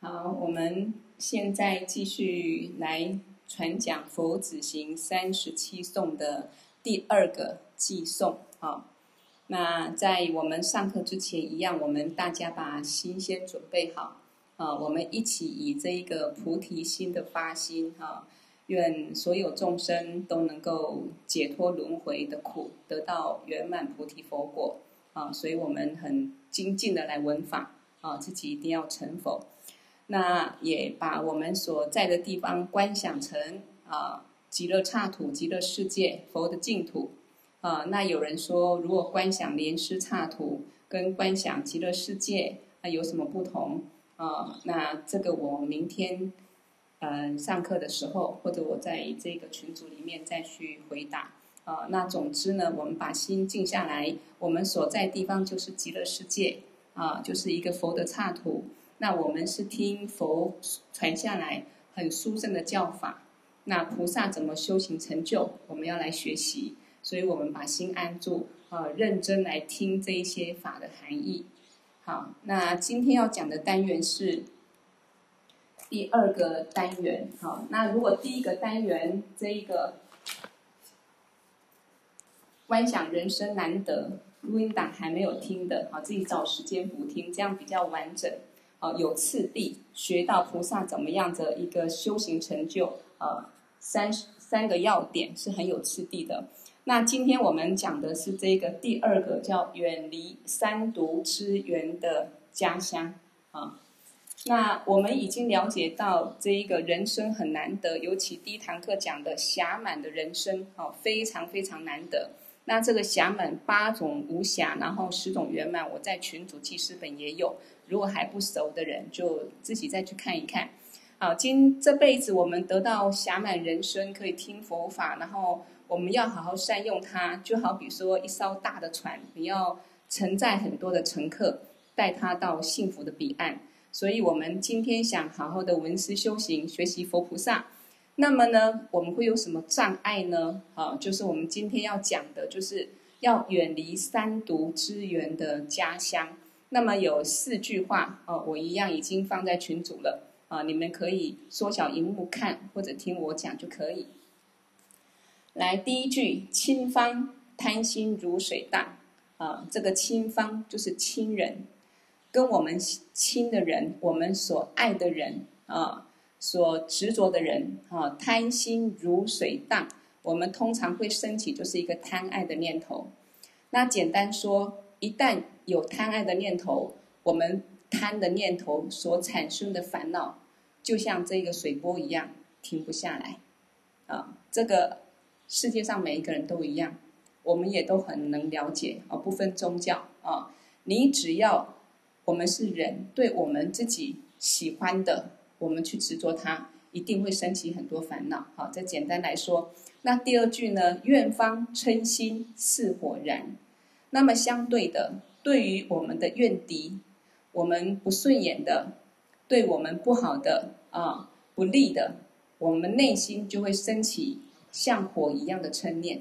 好，我们现在继续来传讲佛子行37颂的第二个偈颂。好，那在我们上课之前一样，我们大家把心先准备好我们一起以这一个菩提心的发心愿所有众生都能够解脱轮回的苦，得到圆满菩提佛果所以我们很精进的来闻法自己一定要成佛。那也把我们所在的地方观想成极乐刹土、极乐世界、佛的净土那有人说，如果观想莲师刹土跟观想极乐世界有什么不同那这个我明天上课的时候，或者我在这个群组里面再去回答那总之呢，我们把心静下来，我们所在地方就是极乐世界就是一个佛的刹土。那我们是听佛传下来很殊胜的教法，那菩萨怎么修行成就，我们要来学习，所以我们把心安住认真来听这一些法的含义。好，那今天要讲的单元是第二个单元。好，那如果第一个单元这一个观想人生难得录音档还没有听的自己找时间补听，这样比较完整有次第，学到菩萨怎么样的一个修行成就三个要点是很有次第的。那今天我们讲的是这个第二个叫远离三毒之源的家乡那我们已经了解到这一个人生很难得，尤其第一堂课讲的暇满的人生非常非常难得。那这个暇满8种无暇，然后10种圆满，我在群组记事本也有，如果还不熟的人就自己再去看一看。好，这辈子我们得到暇满人生，可以听佛法，然后我们要好好善用它，就好比说一艘大的船，你要承载很多的乘客，带他到幸福的彼岸。所以我们今天想好好的闻思修行，学习佛菩萨，那么呢我们会有什么障碍呢就是我们今天要讲的，就是要远离三毒之源的家乡。那么有4句话我一样已经放在群组了你们可以缩小荧幕看，或者听我讲就可以。来，第一句，亲方贪心如水荡这个亲方就是亲人，跟我们亲的人，我们所爱的人所执着的人贪心如水荡，我们通常会升起就是一个贪爱的念头。那简单说，一旦有贪爱的念头，我们贪的念头所产生的烦恼就像这个水波一样停不下来这个世界上每一个人都一样，我们也都很能了解不分宗教你只要我们是人，对我们自己喜欢的，我们去执着它，一定会升起很多烦恼这简单来说。那第二句呢，愿方嗔心似火燃。那么相对的，对于我们的怨敌，我们不顺眼的，对我们不好的不利的，我们内心就会升起像火一样的嗔念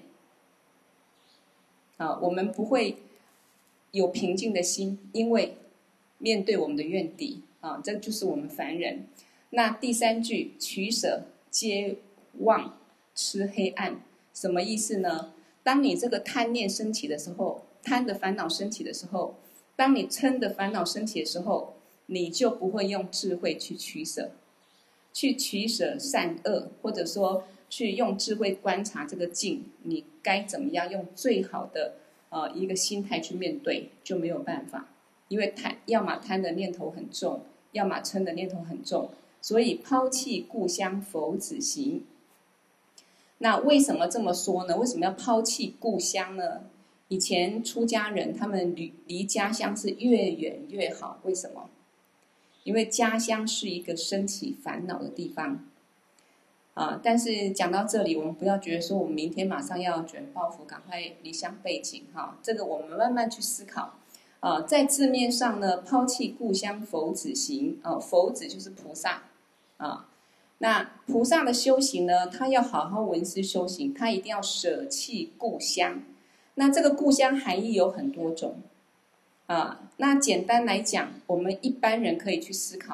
我们不会有平静的心，因为面对我们的怨敌这就是我们凡人。那第3句，取舍皆忘痴黑暗，什么意思呢？当你这个贪念升起的时候，贪的烦恼升起的时候，当你嗔的烦恼升起的时候，你就不会用智慧去取舍，善恶，或者说去用智慧观察这个境，你该怎么样用最好的一个心态去面对，就没有办法。因为要么贪的念头很重，要么嗔的念头很重，所以抛弃故乡佛子行。那为什么这么说呢？为什么要抛弃故乡呢？以前出家人他们离家乡是越远越好，为什么？因为家乡是一个升起烦恼的地方但是讲到这里，我们不要觉得说我们明天马上要卷包袱赶快离乡背井这个我们慢慢去思考在字面上呢，抛弃故乡佛子行佛子就是菩萨那菩萨的修行呢，他要好好闻思修行，他一定要舍弃故乡。那这个故乡含义有很多种那简单来讲，我们一般人可以去思考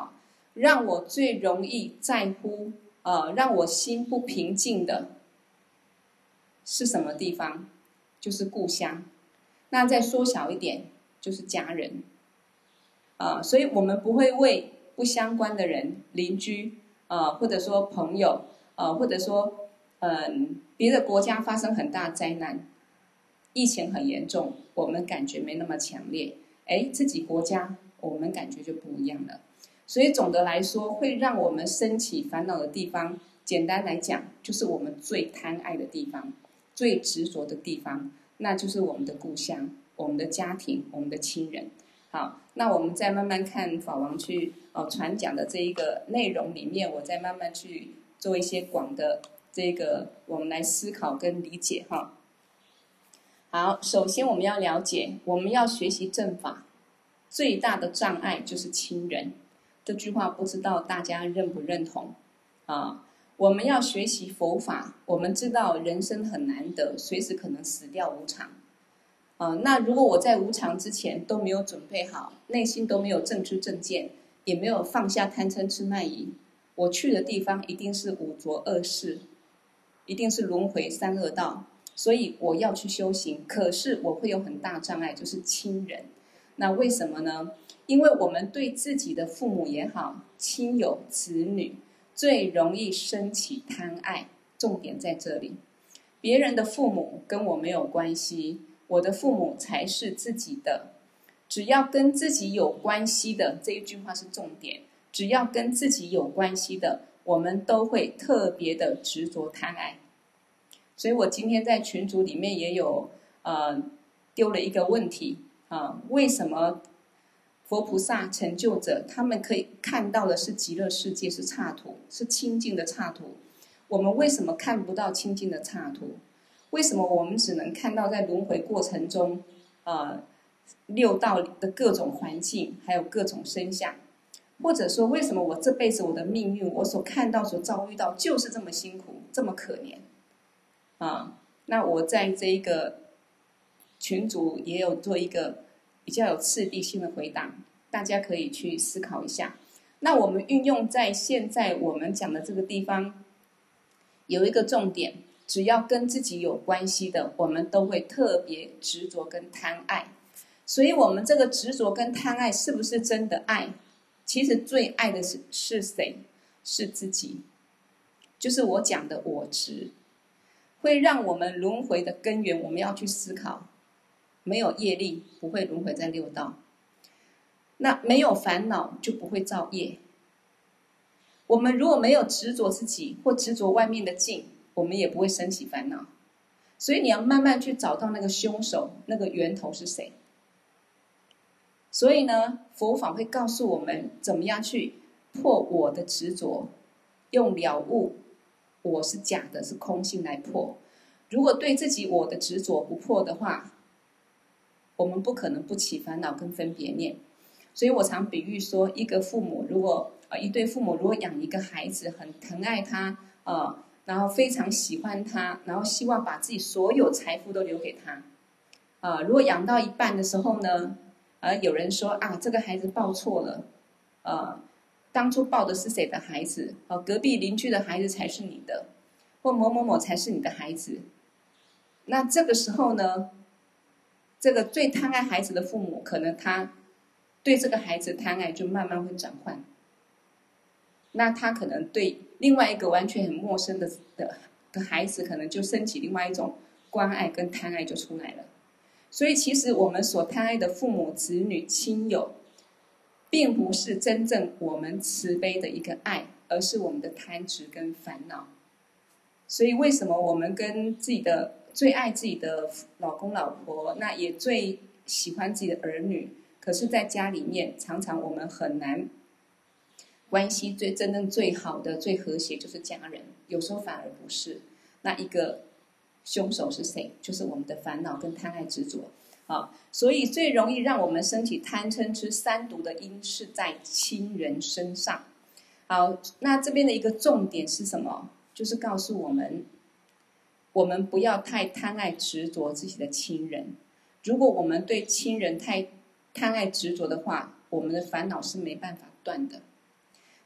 让我最容易在乎，让我心不平静的是什么地方？就是故乡。那再缩小一点，就是家人。所以我们不会为不相关的人、邻居，或者说朋友，或者说，别的国家发生很大灾难，疫情很严重，我们感觉没那么强烈。自己国家我们感觉就不一样了。所以总的来说，会让我们升起烦恼的地方，简单来讲，就是我们最贪爱的地方，最执着的地方，那就是我们的故乡、我们的家庭、我们的亲人。好，那我们再慢慢看法王去传讲的这一个内容里面，我再慢慢去做一些广的这个我们来思考跟理解哈。好，首先我们要了解，我们要学习正法，最大的障碍就是亲人。这句话不知道大家认不认同啊？我们要学习佛法，我们知道人生很难得，随时可能死掉无常。那如果我在无常之前都没有准备好，内心都没有正知正见，也没有放下贪嗔痴慢疑，我去的地方一定是五浊恶世，一定是轮回三恶道。所以我要去修行，可是我会有很大障碍，就是亲人。那为什么呢？因为我们对自己的父母也好，亲友子女最容易升起贪爱，重点在这里。别人的父母跟我没有关系，我的父母才是自己的。只要跟自己有关系的，这一句话是重点，只要跟自己有关系的，我们都会特别的执着贪爱。所以我今天在群组里面也有丢了一个问题为什么佛菩萨成就者他们可以看到的是极乐世界，是刹土，是清净的刹土，我们为什么看不到清净的刹土？为什么我们只能看到在轮回过程中六道的各种环境，还有各种声响？或者说为什么我这辈子我的命运，我所看到所遭遇到就是这么辛苦，这么可怜那我在这一个群组也有做一个比较有次第性的回答，大家可以去思考一下。那我们运用在现在我们讲的这个地方，有一个重点，只要跟自己有关系的，我们都会特别执着跟贪爱。所以我们这个执着跟贪爱是不是真的爱？其实最爱的是谁？是自己，就是我讲的我执。会让我们轮回的根源，我们要去思考。没有业力，不会轮回在六道。那没有烦恼，就不会造业。我们如果没有执着自己，或执着外面的境，我们也不会升起烦恼。所以你要慢慢去找到那个凶手，那个源头是谁。所以呢，佛法会告诉我们怎么样去破我的执着，用了悟我是假的，是空性来破。如果对自己我的执着不破的话，我们不可能不起烦恼跟分别念。所以我常比喻说，一个父母如果一对父母如果养一个孩子，很疼爱他然后非常喜欢他，然后希望把自己所有财富都留给他如果养到一半的时候呢有人说这个孩子抱错了当初抱的是谁的孩子隔壁邻居的孩子才是你的，或某某某才是你的孩子。那这个时候呢，这个最贪爱孩子的父母，可能他对这个孩子贪爱就慢慢会转换。那他可能对另外一个完全很陌生的孩子，可能就升起另外一种关爱跟贪爱就出来了。所以其实我们所贪爱的父母、子女、亲友，并不是真正我们慈悲的一个爱，而是我们的贪执跟烦恼。所以为什么我们跟自己的最爱自己的老公老婆，那也最喜欢自己的儿女，可是在家里面常常我们很难关系真正最好的最和谐就是家人，有时候反而不是。那一个凶手是谁？就是我们的烦恼跟贪爱执着所以最容易让我们升起贪嗔痴三毒的因是在亲人身上。好，那这边的一个重点是什么？就是告诉我们，我们不要太贪爱执着自己的亲人。如果我们对亲人太贪爱执着的话，我们的烦恼是没办法断的。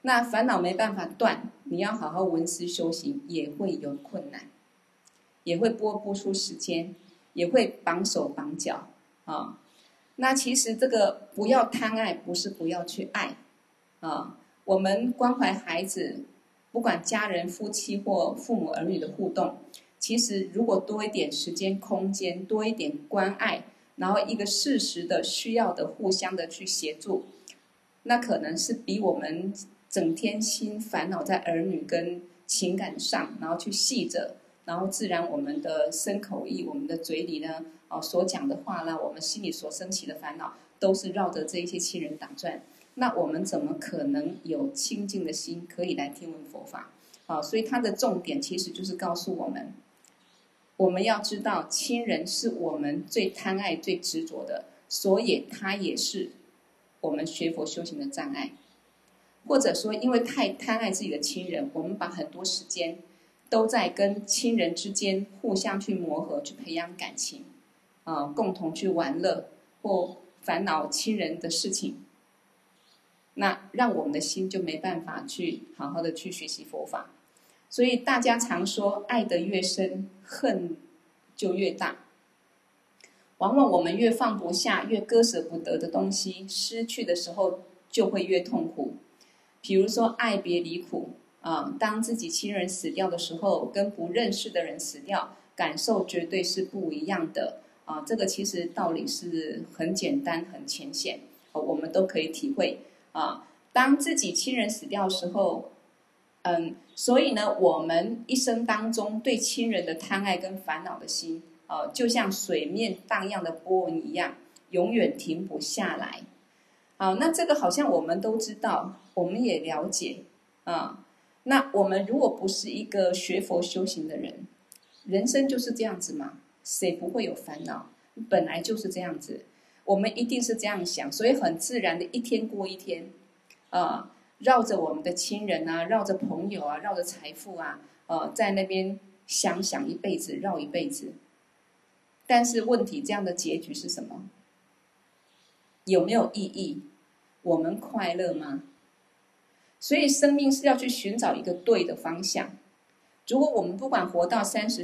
那烦恼没办法断，你要好好闻思修行也会有困难，也会拨不出时间，也会绑手绑脚啊。那其实这个不要贪爱，不是不要去爱啊。我们关怀孩子，不管家人、夫妻或父母儿女的互动，其实如果多一点时间、空间，多一点关爱，然后一个适时的、需要的、互相的去协助，那可能是比我们整天心烦恼在儿女跟情感上，然后去细着，然后自然我们的身口意，我们的嘴里呢，所讲的话呢，我们心里所升起的烦恼，都是绕着这一些亲人打转。那我们怎么可能有清净的心可以来听闻佛法？所以它的重点其实就是告诉我们，我们要知道亲人是我们最贪爱、最执着的，所以它也是我们学佛修行的障碍。或者说，因为太贪爱自己的亲人，我们把很多时间都在跟亲人之间互相去磨合、去培养感情，共同去玩乐或烦恼亲人的事情。那让我们的心就没办法去好好的去学习佛法。所以大家常说爱得越深，恨就越大。往往我们越放不下，越割舍不得的东西，失去的时候就会越痛苦。比如说爱别离苦当自己亲人死掉的时候，跟不认识的人死掉，感受绝对是不一样的这个其实道理是很简单、很浅显，我们都可以体会当自己亲人死掉的时候，所以呢，我们一生当中对亲人的贪爱跟烦恼的心，就像水面荡漾的波纹一样，永远停不下来。那这个好像我们都知道，我们也了解那我们如果不是一个学佛修行的人，人生就是这样子嘛，谁不会有烦恼？本来就是这样子，我们一定是这样想，所以很自然的一天过一天绕着我们的亲人绕着朋友绕着财富在那边想一辈子，绕一辈子。但是问题，这样的结局是什么？有没有意义？我们快乐吗？所以生命是要去寻找一个对的方向。如果我们不管活到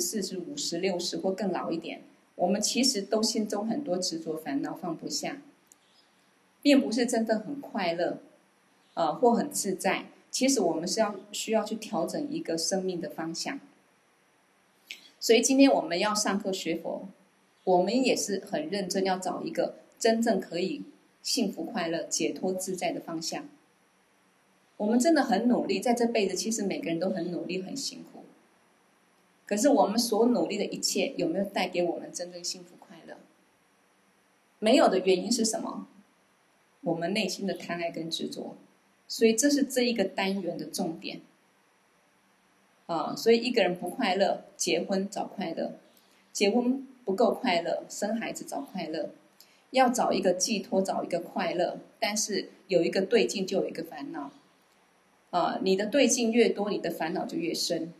30、40、50、60或更老一点，我们其实都心中很多执着烦恼放不下，并不是真的很快乐或很自在。其实我们是需要去调整一个生命的方向。所以今天我们要上课学佛，我们也是很认真要找一个真正可以幸福快乐解脱自在的方向。我们真的很努力，在这辈子其实每个人都很努力很辛苦，可是我们所努力的一切有没有带给我们真正幸福快乐？没有的原因是什么？我们内心的贪爱跟执着。所以这是这一个单元的重点所以一个人不快乐，结婚找快乐；结婚不够快乐，生孩子找快乐。要找一个寄托，找一个快乐，但是有一个对境就有一个烦恼你的对境越多，你的烦恼就越深。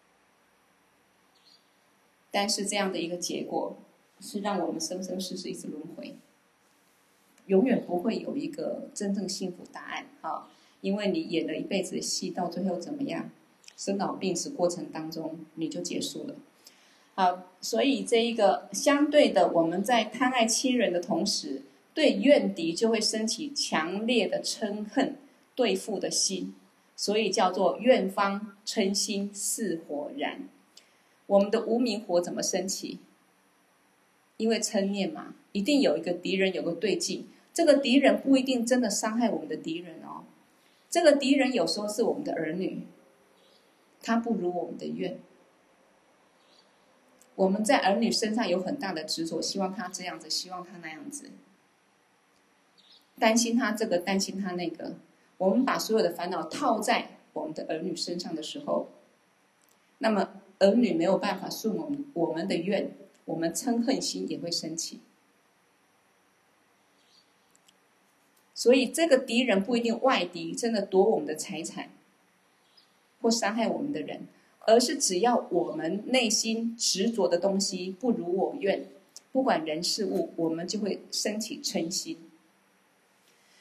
但是这样的一个结果是让我们生生世世一直轮回，永远不会有一个真正幸福答案因为你演了一辈子的戏，到最后怎么样？生老病死过程当中你就结束了。好，所以这一个相对的，我们在贪爱亲人的同时，对怨敌就会升起强烈的嗔恨对付的心，所以叫做怨方嗔心似火燃。我们的无明火怎么升起？因为嗔念嘛，一定有一个敌人，有个对境。这个敌人不一定真的伤害我们的敌人这个敌人有时候是我们的儿女，他不如我们的愿。我们在儿女身上有很大的执着，希望他这样子，希望他那样子，担心他这个，担心他那个。我们把所有的烦恼套在我们的儿女身上的时候，那么儿女没有办法顺我们的愿，我们嗔恨心也会升起。所以这个敌人不一定外敌，真的夺我们的财产或伤害我们的人，而是只要我们内心执着的东西不如我愿，不管人事物，我们就会升起嗔心。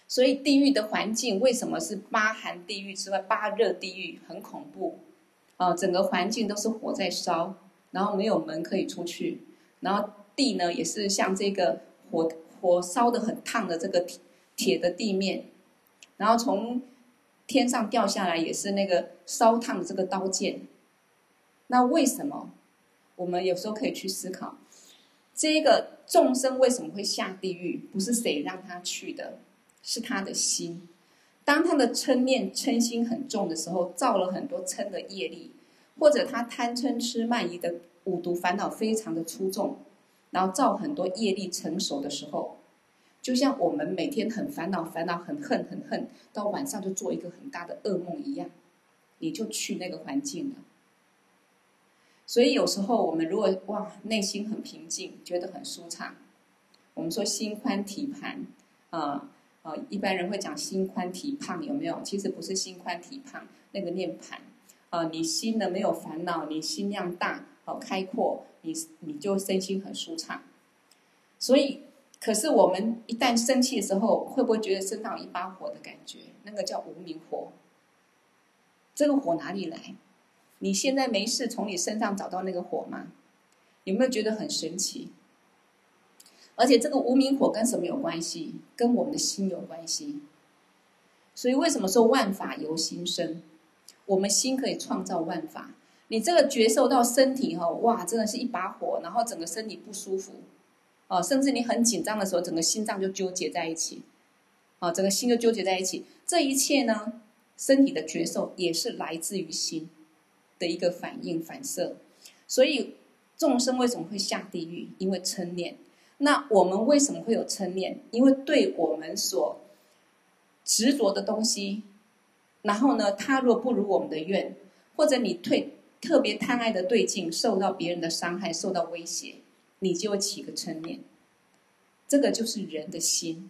所以地狱的环境为什么是八寒地狱之外八热地狱，很恐怖整个环境都是火在烧，然后没有门可以出去，然后地呢也是像这个火烧的很烫的这个铁的地面，然后从天上掉下来也是那个烧烫的这个刀剑。那为什么我们有时候可以去思考，这个众生为什么会下地狱？不是谁让他去的，是他的心。当他的嗔念嗔心很重的时候，造了很多嗔的业力，或者他贪嗔痴慢疑的五毒烦恼非常的出众，然后造很多业力成熟的时候，就像我们每天很烦恼很恨，到晚上就做一个很大的噩梦一样，你就去那个环境了。所以有时候我们如果内心很平静，觉得很舒畅，我们说心宽体盘一般人会讲心宽体胖，有没有？其实不是心宽体胖，那个念盘你心呢没有烦恼，你心量大开阔，你就身心很舒畅。所以可是我们一旦生气的时候，会不会觉得身上有一把火的感觉？那个叫无明火。这个火哪里来？你现在没事从你身上找到那个火吗？有没有觉得很神奇？而且这个无明火跟什么有关系？跟我们的心有关系。所以为什么说万法由心生？我们心可以创造万法。你这个觉受到身体真的是一把火，然后整个身体不舒服甚至你很紧张的时候，整个心脏就纠结在一起整个心就纠结在一起。这一切呢，身体的觉受也是来自于心的一个反应反射。所以众生为什么会下地狱？因为嗔念。那我们为什么会有嗔念？因为对我们所执着的东西，然后呢，他若不如我们的愿，或者你特别贪爱的对境受到别人的伤害，受到威胁，你就会起个嗔念。这个就是人的心。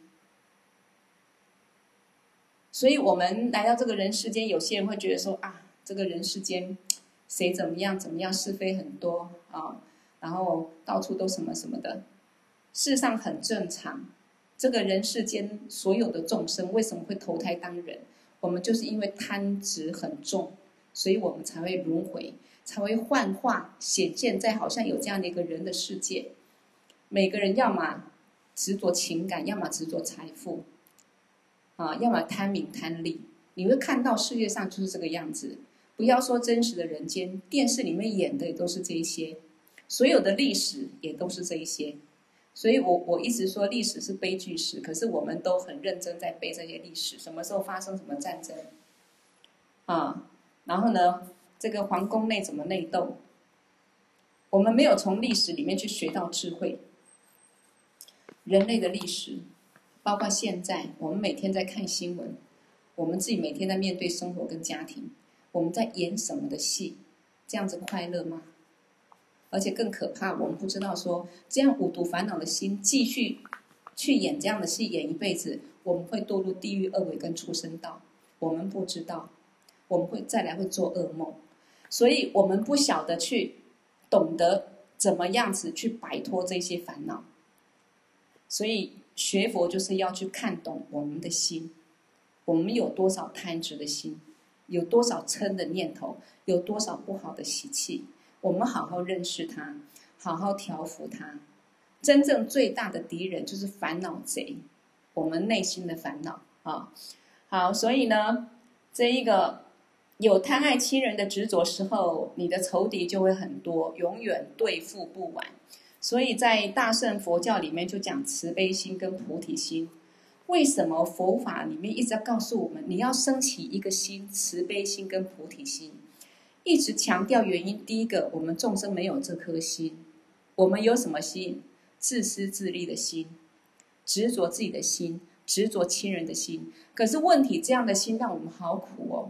所以我们来到这个人世间，有些人会觉得说这个人世间谁怎么样是非很多然后到处都什么什么的。事实上很正常，这个人世间所有的众生为什么会投胎当人？我们就是因为贪执很重，所以我们才会轮回，才会幻化显现在好像有这样的一个人的世界。每个人要么执着情感，要么执着财富要么贪名贪利。你会看到世界上就是这个样子。不要说真实的人间，电视里面演的也都是这一些，所有的历史也都是这一些。所以我一直说历史是悲剧史，可是我们都很认真在背这些历史，什么时候发生什么战争然后呢，这个皇宫内怎么内斗，我们没有从历史里面去学到智慧。人类的历史，包括现在我们每天在看新闻，我们自己每天在面对生活跟家庭，我们在演什么的戏？这样子快乐吗？而且更可怕，我们不知道说这样五毒烦恼的心继续去演这样的戏，演一辈子，我们会堕入地狱恶鬼跟畜生道。我们不知道，我们会再来会做噩梦。所以我们不晓得去懂得怎么样子去摆脱这些烦恼。所以学佛就是要去看懂我们的心，我们有多少贪执的心，有多少嗔的念头，有多少不好的习气，我们好好认识它，好好调伏它。真正最大的敌人就是烦恼贼，我们内心的烦恼好，所以呢，这一个有贪爱亲人的执着时候，你的仇敌就会很多，永远对付不完。所以在大乘佛教里面就讲慈悲心跟菩提心。为什么佛法里面一直要告诉我们，你要升起一个心，慈悲心跟菩提心？一直强调原因，第一个，我们众生没有这颗心。我们有什么心？自私自利的心，执着自己的心，执着亲人的心。可是问题，这样的心让我们好苦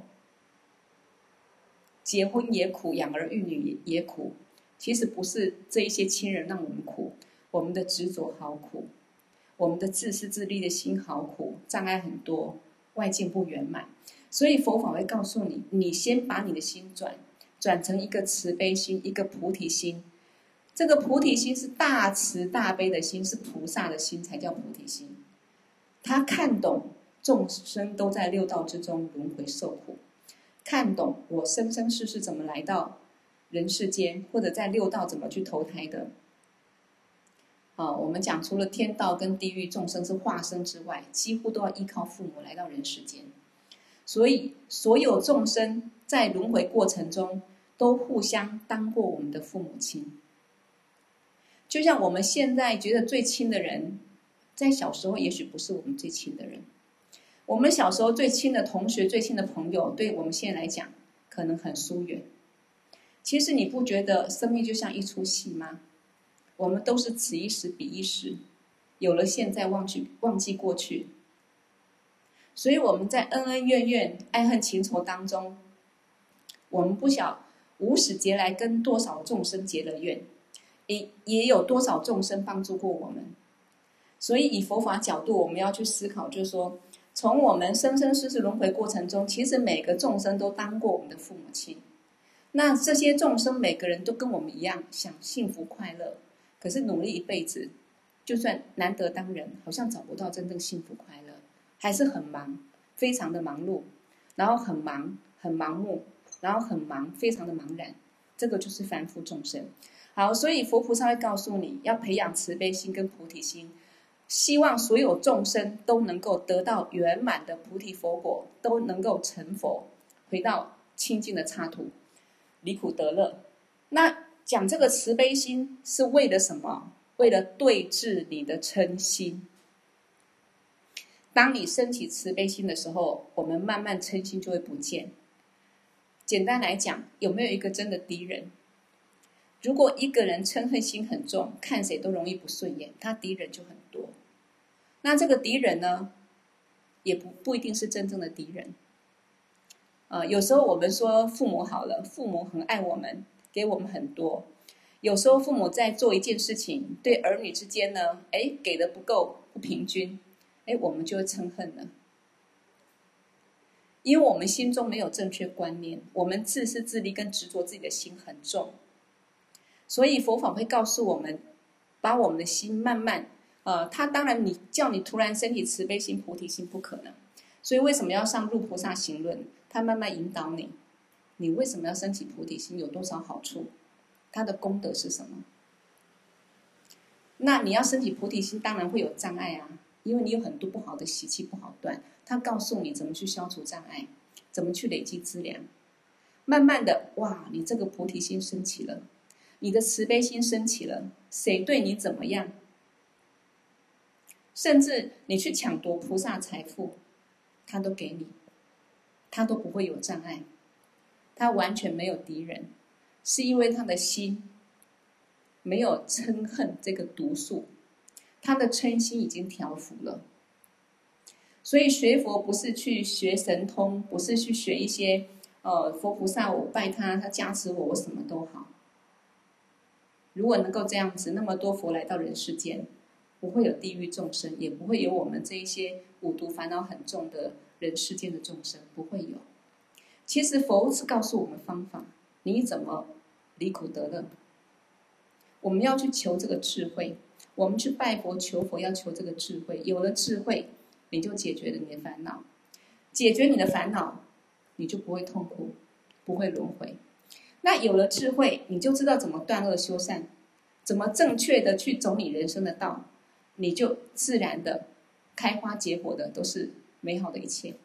结婚也苦，养儿育女也苦。其实不是这一些亲人让我们苦，我们的执着好苦，我们的自私自利的心好苦，障碍很多，外境不圆满。所以佛法会告诉你，你先把你的心转成一个慈悲心，一个菩提心。这个菩提心是大慈大悲的心，是菩萨的心才叫菩提心。他看懂众生都在六道之中轮回受苦，看懂我生生世世怎么来到人世间，或者在六道怎么去投胎的。我们讲除了天道跟地狱众生是化身之外，几乎都要依靠父母来到人世间。所以所有众生在轮回过程中都互相当过我们的父母亲。就像我们现在觉得最亲的人，在小时候也许不是我们最亲的人。我们小时候最亲的同学、最亲的朋友，对我们现在来讲可能很疏远。其实你不觉得生命就像一出戏吗？我们都是此一时彼一时，有了现在忘记过去。所以我们在恩恩怨怨、爱恨情仇当中，我们不晓无始劫来跟多少众生结了怨，也有多少众生帮助过我们。所以以佛法角度，我们要去思考，就是说从我们生生世世轮回过程中，其实每个众生都当过我们的父母亲。那这些众生每个人都跟我们一样想幸福快乐，可是努力一辈子，就算难得当人，好像找不到真正幸福快乐，还是很忙，非常的忙碌，然后很忙很盲目，然后很忙，非常的茫然。这个就是凡夫众生。好，所以佛菩萨会告诉你要培养慈悲心跟菩提心，希望所有众生都能够得到圆满的菩提佛果，都能够成佛，回到清净的刹土，离苦得乐。那讲这个慈悲心是为了什么？为了对治你的嗔心。当你升起慈悲心的时候，我们慢慢嗔心就会不见。简单来讲，有没有一个真的敌人？如果一个人嗔恨心很重，看谁都容易不顺眼，他敌人就很多。那这个敌人呢，也不一定是真正的敌人。有时候我们说父母好了，父母很爱我们，给我们很多。有时候父母在做一件事情，对儿女之间呢，给的不够，不平均，我们就会嗔恨了。因为我们心中没有正确观念，我们自私自利跟执着自己的心很重，所以佛法会告诉我们，把我们的心慢慢，他当然叫你突然升起慈悲心、菩提心不可能，所以为什么要上入菩萨行论？他慢慢引导你，你为什么要升起菩提心？有多少好处？它的功德是什么？那你要升起菩提心，当然会有障碍啊，因为你有很多不好的习气不好断。他告诉你怎么去消除障碍，怎么去累积资粮。慢慢的，哇，你这个菩提心升起了，你的慈悲心升起了，谁对你怎么样，甚至你去抢夺菩萨财富，他都给你，他都不会有障碍，他完全没有敌人，是因为他的心没有嗔恨这个毒素，他的嗔心已经调伏了。所以学佛不是去学神通，不是去学一些佛菩萨，我拜他，他加持我，我什么都好。如果能够这样子，那么多佛来到人世间，不会有地狱众生，也不会有我们这一些五毒烦恼很重的人世间的众生，不会有。其实佛是告诉我们方法，你怎么离苦得乐。我们要去求这个智慧，我们去拜佛求佛，要求这个智慧。有了智慧，你就解决了你的烦恼，解决你的烦恼，你就不会痛苦，不会轮回。那有了智慧，你就知道怎么断恶修善，怎么正确的去走你人生的道，你就自然的开花结果的都是美好的一切。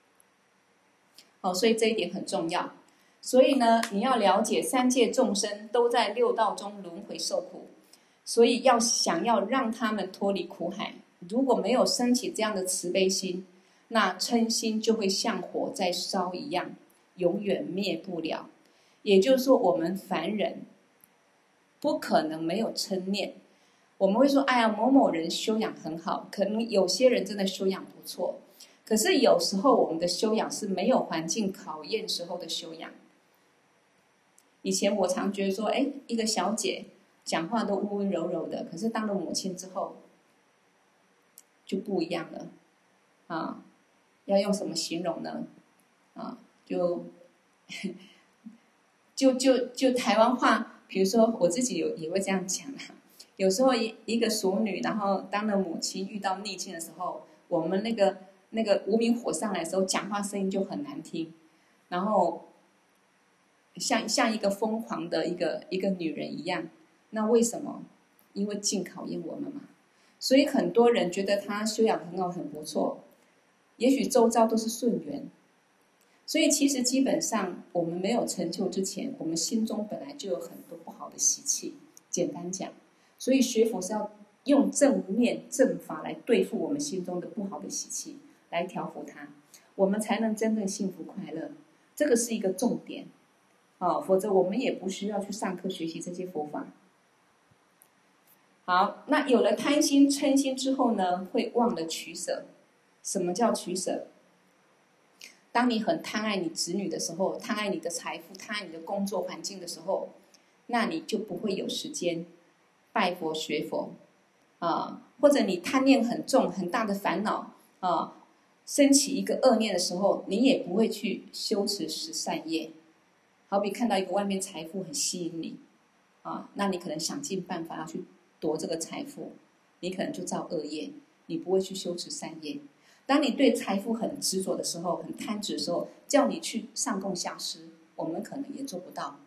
所以这一点很重要。所以呢，你要了解三界众生都在六道中轮回受苦，所以想要让他们脱离苦海，如果没有升起这样的慈悲心，那嗔心就会像火在烧一样，永远灭不了。也就是说，我们凡人不可能没有嗔念。我们会说，哎呀，某某人修养很好，可能有些人真的修养不错，可是有时候我们的修养是没有环境考验时候的修养。以前我常觉得说，一个小姐讲话都温温柔柔的，可是当了母亲之后就不一样了啊！要用什么形容呢？啊，就台湾话，比如说我自己也会这样讲啊。有时候一个熟女，然后当了母亲遇到逆境的时候，我们那个那个无名火上来的时候，讲话声音就很难听，然后像一个疯狂的一个女人一样。那为什么？因为境考验我们嘛。所以很多人觉得他修养很好，很不错，也许周遭都是顺缘。所以其实基本上我们没有成就之前，我们心中本来就有很多不好的习气。简单讲，所以学佛是要用正念正法来对付我们心中的不好的习气，来调伏它，我们才能真正幸福快乐。这个是一个重点否则我们也不需要去上课学习这些佛法。好，那有了贪心嗔心之后呢，会忘了取舍。什么叫取舍？当你很贪爱你子女的时候，贪爱你的财富，贪爱你的工作环境的时候，那你就不会有时间拜佛学佛或者你贪念很重，很大的烦恼升起一个恶念的时候，你也不会去修持十善业。好比看到一个外面财富很吸引你那你可能想尽办法要去夺这个财富，你可能就造恶业，你不会去修持善业。当你对财富很执着的时候，很贪执的时候，叫你去上供下施，我们可能也做不到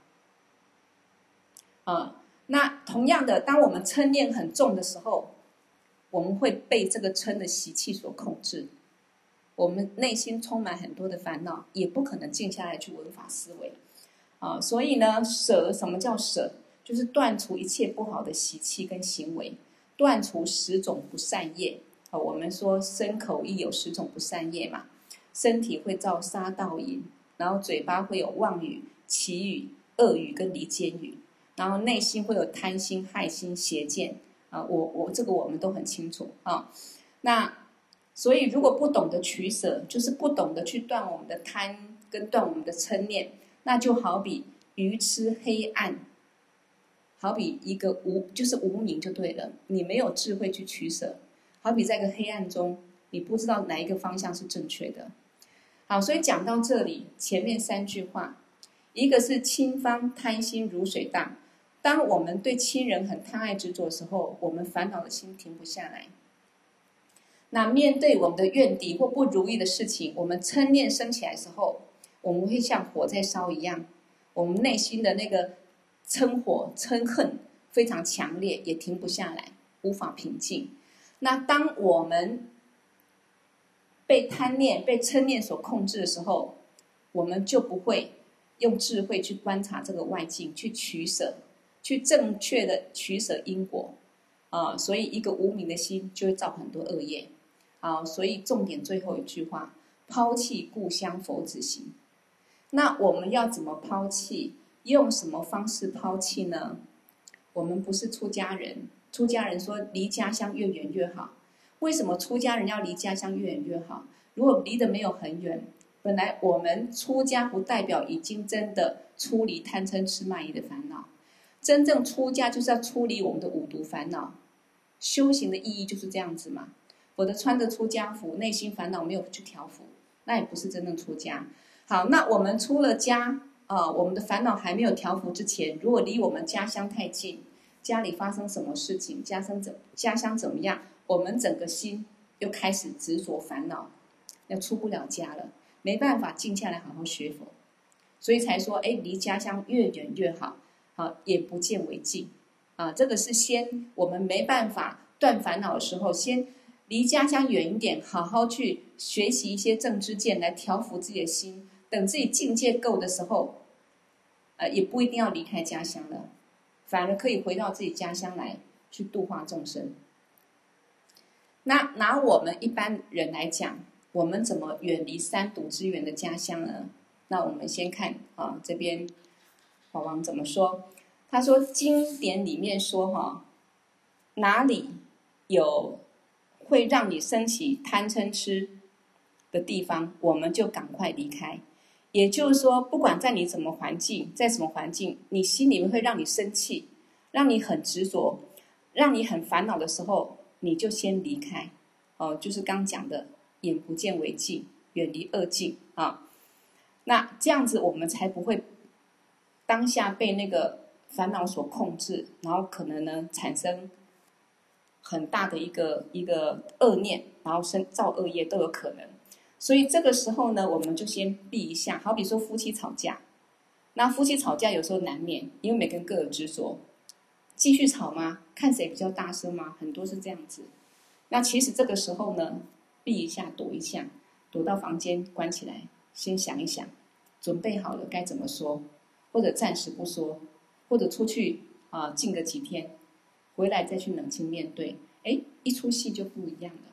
那同样的，当我们嗔念很重的时候，我们会被这个嗔的习气所控制，我们内心充满很多的烦恼，也不可能静下来去闻法思维所以呢，舍，什么叫舍？就是断除一切不好的习气跟行为，断除10种不善业我们说身口意有10种不善业嘛，身体会造杀盗淫，然后嘴巴会有妄语、绮语、恶语跟离间语，然后内心会有贪心、害心、邪见这个我们都很清楚那所以如果不懂得取舍，就是不懂得去断我们的贪跟断我们的嗔念，那就好比愚痴黑暗，好比一个就是无明就对了，你没有智慧去取舍，好比在一个黑暗中，你不知道哪一个方向是正确的。好，所以讲到这里，前面3句话，一个是轻方贪心如水荡，当我们对亲人很贪爱执着的时候，我们烦恼的心停不下来。那面对我们的怨敌或不如意的事情，我们嗔念升起来的时候，我们会像火在烧一样，我们内心的那个嗔火嗔恨非常强烈，也停不下来，无法平静。那当我们被贪念被嗔念所控制的时候，我们就不会用智慧去观察这个外境，去取舍，去正确的取舍因果所以一个无明的心就会造很多恶业所以重点最后一句话，抛弃故乡佛子行。那我们要怎么抛弃？用什么方式抛弃呢？我们不是出家人，出家人说离家乡越远越好。为什么出家人要离家乡越远越好？如果离得没有很远，本来我们出家不代表已经真的出离贪嗔痴慢疑的烦恼，真正出家就是要出离我们的五毒烦恼。修行的意义就是这样子嘛。否则穿着出家服，内心烦恼没有去调伏，那也不是真正出家。好，那我们出了家我们的烦恼还没有调伏之前，如果离我们家乡太近，家里发生什么事情，家乡怎么样，我们整个心又开始执着烦恼，要出不了家了，没办法静下来好好学佛，所以才说离家乡越远越好眼不见为净这个是先我们没办法断烦恼的时候，先离家乡远一点，好好去学习一些正知见来调伏自己的心，等自己境界够的时候也不一定要离开家乡了，反而可以回到自己家乡来去度化众生。那拿我们一般人来讲，我们怎么远离三毒之源的家乡呢？那我们先看这边法王怎么说。他说经典里面说哪里有会让你升起贪嗔痴的地方，我们就赶快离开。也就是说，不管在你什么环境，在什么环境，你心里面会让你生气，让你很执着，让你很烦恼的时候，你就先离开就是刚讲的眼不见为净，远离恶境那这样子我们才不会当下被那个烦恼所控制，然后可能呢产生很大的一个恶念，然后造恶业都有可能。所以这个时候呢，我们就先避一下。好比说夫妻吵架，那夫妻吵架有时候难免，因为每个人各有执着，继续吵吗？看谁比较大声吗？很多是这样子。那其实这个时候呢，避一下，躲一下，躲到房间关起来，先想一想，准备好了该怎么说，或者暂时不说，或者出去静个几天，回来再去冷静面对。一出戏就不一样了。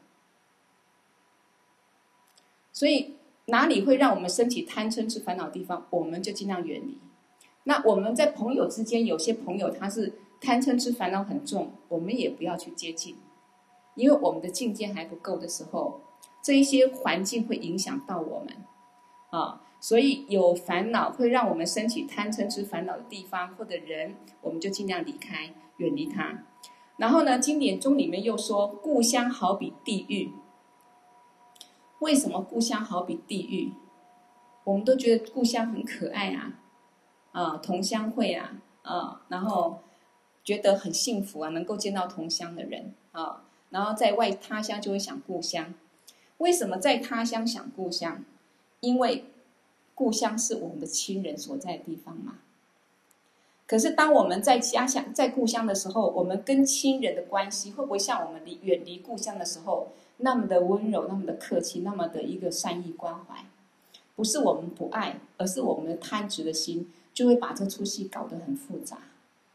所以哪里会让我们升起贪嗔痴烦恼的地方，我们就尽量远离。那我们在朋友之间，有些朋友他是贪嗔痴烦恼很重，我们也不要去接近，因为我们的境界还不够的时候，这一些环境会影响到我们所以有烦恼会让我们升起贪嗔痴烦恼的地方或者人，我们就尽量离开，远离它。然后呢，经典中里面又说，故乡好比地狱。为什么故乡好比地狱？我们都觉得故乡很可爱同乡会然后觉得很幸福能够见到同乡的人然后在外他乡就会想故乡。为什么在他乡想故乡？因为故乡是我们的亲人所在的地方嘛。可是当我们在家乡在故乡的时候，我们跟亲人的关系会不会像我们远离故乡的时候那么的温柔，那么的客气，那么的一个善意关怀？不是我们不爱，而是我们的贪执的心就会把这出戏搞得很复杂，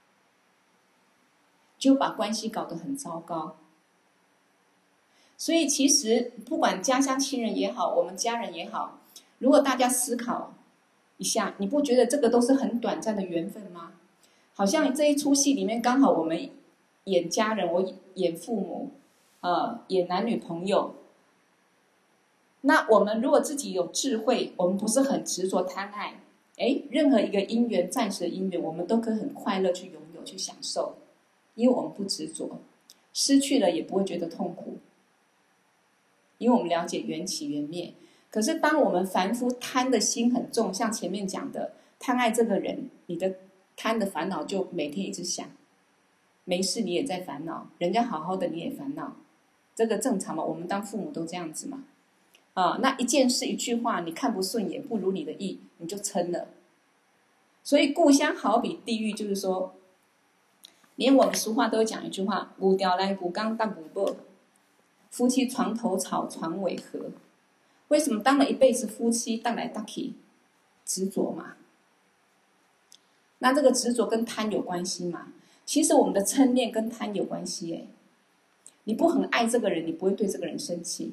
就把关系搞得很糟糕。所以其实不管家乡亲人也好，我们家人也好，如果大家思考一下，你不觉得这个都是很短暂的缘分吗？好像这一出戏里面刚好我们演家人，我演父母演男女朋友。那我们如果自己有智慧，我们不是很执着贪爱，任何一个因缘，暂时的因缘，我们都可以很快乐去拥有去享受，因为我们不执着，失去了也不会觉得痛苦，因为我们了解缘起缘灭。可是当我们凡夫贪的心很重，像前面讲的贪爱这个人，你的贪的烦恼就每天一直想，没事你也在烦恼，人家好好的你也烦恼，这个正常嘛？我们当父母都这样子嘛。那一件事一句话你看不顺眼，不如你的意，你就嗔了。所以故乡好比地狱，就是说连我们俗话都有讲一句话，牛调来牛刚当不报，夫妻床头吵，床尾和。为什么当了一辈子夫妻，荡来荡去，执着嘛？那这个执着跟贪有关系嘛？其实我们的嗔念跟贪有关系你不很爱这个人，你不会对这个人生气。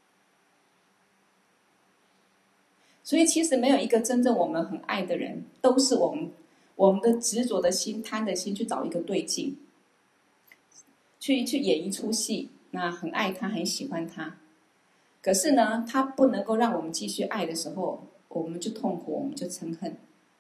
所以其实没有一个真正我们很爱的人，都是我们的执着的心、贪的心去找一个对境，去演一出戏，那很爱他，很喜欢他。可是呢，他不能够让我们继续爱的时候，我们就痛苦，我们就嗔恨。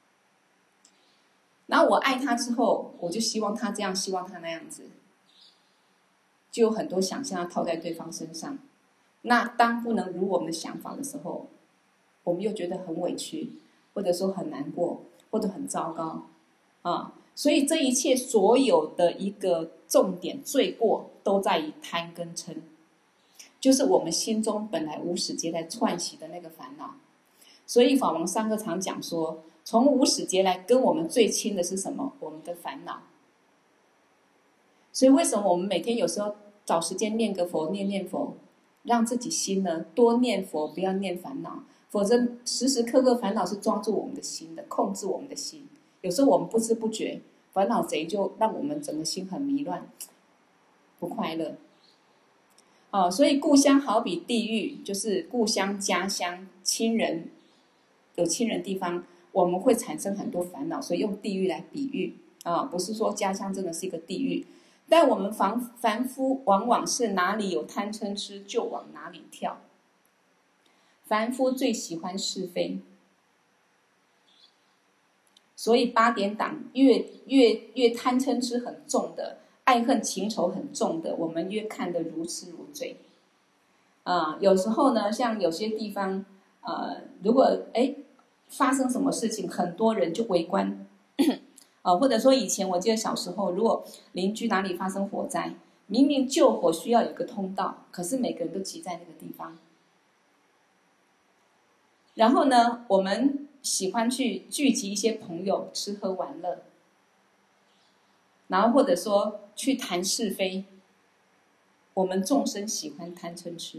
然后我爱他之后，我就希望他这样，希望他那样子，就有很多想象要套在对方身上。那当不能如我们的想法的时候，我们又觉得很委屈，或者说很难过，或者很糟糕所以这一切所有的一个重点罪过都在于贪跟嗔，就是我们心中本来无始劫来串习的那个烦恼。所以法王上课常讲说，从无始劫来跟我们最亲的是什么？我们的烦恼。所以为什么我们每天有时候找时间念个佛，念佛，让自己心呢多念佛，不要念烦恼，否则时时刻刻烦恼是抓住我们的心的，控制我们的心。有时候我们不知不觉，烦恼贼就让我们整个心很迷乱，不快乐。所以故乡好比地狱，就是故乡、家乡、亲人，有亲人地方，我们会产生很多烦恼，所以用地狱来比喻不是说家乡真的是一个地狱，但我们凡夫往往是哪里有贪嗔痴就往哪里跳。凡夫最喜欢是非，所以8点档越贪嗔痴很重的，爱恨情仇很重的，我们越看得如痴如醉有时候呢，像有些地方如果发生什么事情，很多人就围观或者说以前我记得小时候，如果邻居哪里发生火灾， 明明救火需要有一个通道，可是每个人都挤在那个地方。然后呢，我们喜欢去聚集一些朋友吃喝玩乐，然后或者说去谈是非。我们众生喜欢贪嗔痴，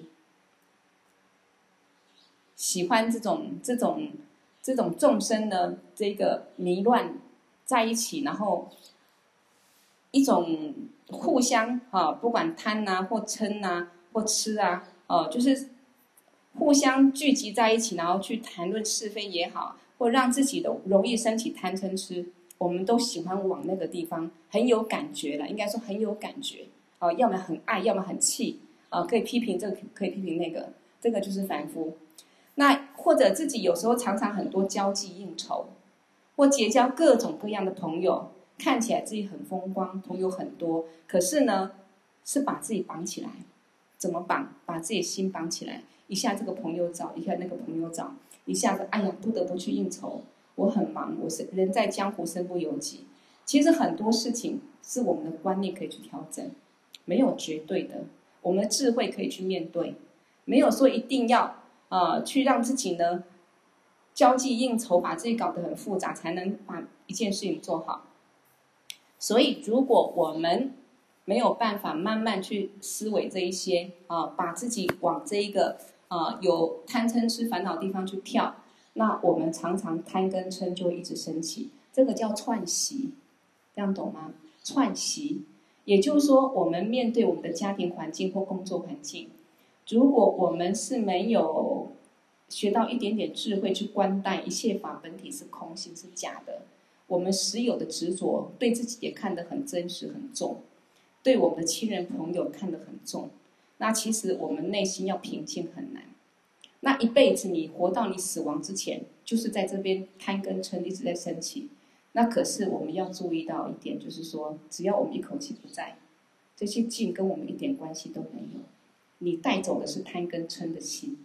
喜欢这种众生呢，这个迷乱在一起，然后一种互相不管贪啊或嗔啊或痴啊，就是互相聚集在一起，然后去谈论是非也好，或让自己的容易升起贪嗔痴，我们都喜欢往那个地方，很有感觉了，应该说很有感觉要么很爱，要么很气可以批评这个，可以批评那个，这个就是凡夫。那或者自己有时候常常很多交际应酬，或结交各种各样的朋友，看起来自己很风光，朋友很多，可是呢，是把自己绑起来。怎么绑？把自己心绑起来，一下这个朋友找，一下那个朋友找，一下子哎呀不得不去应酬，我很忙，我是人在江湖身不由己。其实很多事情是我们的观念可以去调整，没有绝对的，我们的智慧可以去面对，没有说一定要去让自己呢交际应酬，把自己搞得很复杂，才能把一件事情做好。所以如果我们没有办法慢慢去思维这一些把自己往这一个有贪嗔痴烦恼的地方去跳，那我们常常贪跟嗔就会一直升起，这个叫串习，这样懂吗？串习，也就是说，我们面对我们的家庭环境或工作环境，如果我们是没有学到一点点智慧去观待一切法本体是空性是假的，我们实有的执着对自己也看得很真实很重，对我们的亲人朋友看得很重，那其实我们内心要平静很难。那一辈子你活到你死亡之前，就是在这边贪跟嗔一直在升起。那可是我们要注意到一点，就是说，只要我们一口气不在，这些境跟我们一点关系都没有。你带走的是贪跟嗔的心，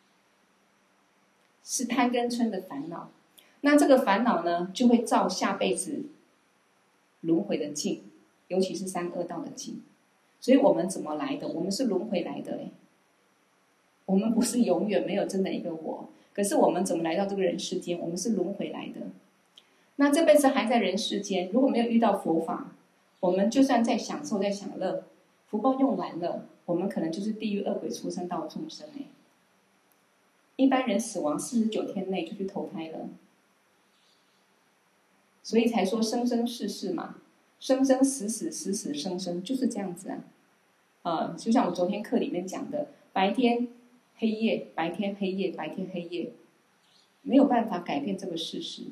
是贪跟嗔的烦恼。那这个烦恼呢，就会造下辈子轮回的境，尤其是三恶道的境。所以我们怎么来的？我们是轮回来的我们不是永远没有真的一个我，可是我们怎么来到这个人世间？我们是轮回来的。那这辈子还在人世间，如果没有遇到佛法，我们就算在享受在享乐，福报用完了，我们可能就是地狱恶鬼畜生道众生一般人死亡49天内就去投胎了，所以才说生生世世嘛，生生死死死死生生，就是这样子就像我昨天课里面讲的，白天黑夜，白天黑夜，白天黑夜，没有办法改变这个事实。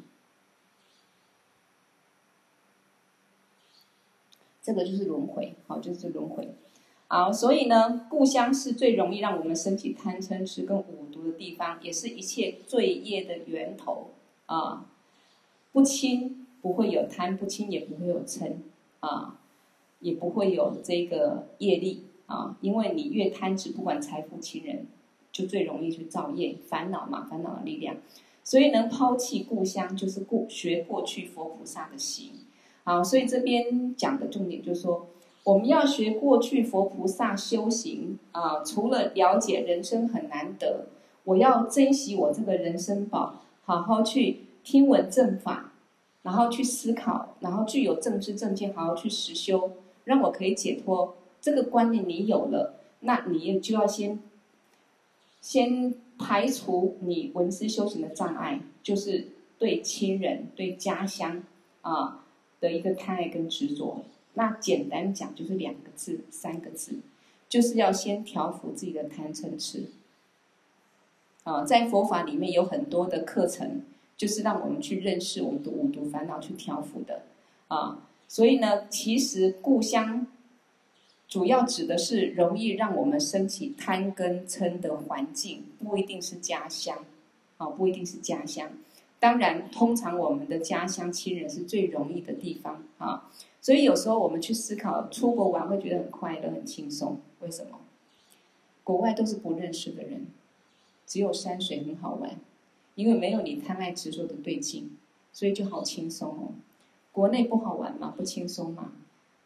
这个就是轮回，就是轮回。所以呢，故乡是最容易让我们升起贪嗔痴跟五毒的地方，也是一切罪业的源头不亲不会有贪，不亲也不会有嗔也不会有这个业力因为你越贪执，不管财富亲人，就最容易去造业，烦恼嘛，烦恼的力量。所以能抛弃故乡，就是学过去佛菩萨的行。所以这边讲的重点就是说，我们要学过去佛菩萨修行除了了解人生很难得，我要珍惜我这个人生宝，好好去听闻正法，然后去思考，然后具有正知正见，好好去实修，让我可以解脱。这个观念你有了，那你就要先排除你闻思修行的障碍，就是对亲人、对家乡的一个贪爱跟执着。那简单讲就是2个字、3个字，就是要先调伏自己的贪嗔痴。在佛法里面有很多的课程，就是让我们去认识我们的五毒烦恼，去调伏的所以呢，其实故乡主要指的是容易让我们升起贪跟嗔的环境，不一定是家乡不一定是家乡。当然，通常我们的家乡亲人是最容易的地方所以有时候我们去思考，出国玩会觉得很快乐、很轻松。为什么？国外都是不认识的人，只有山水很好玩，因为没有你贪爱执着的对境，所以就好轻松国内不好玩嘛，不轻松嘛。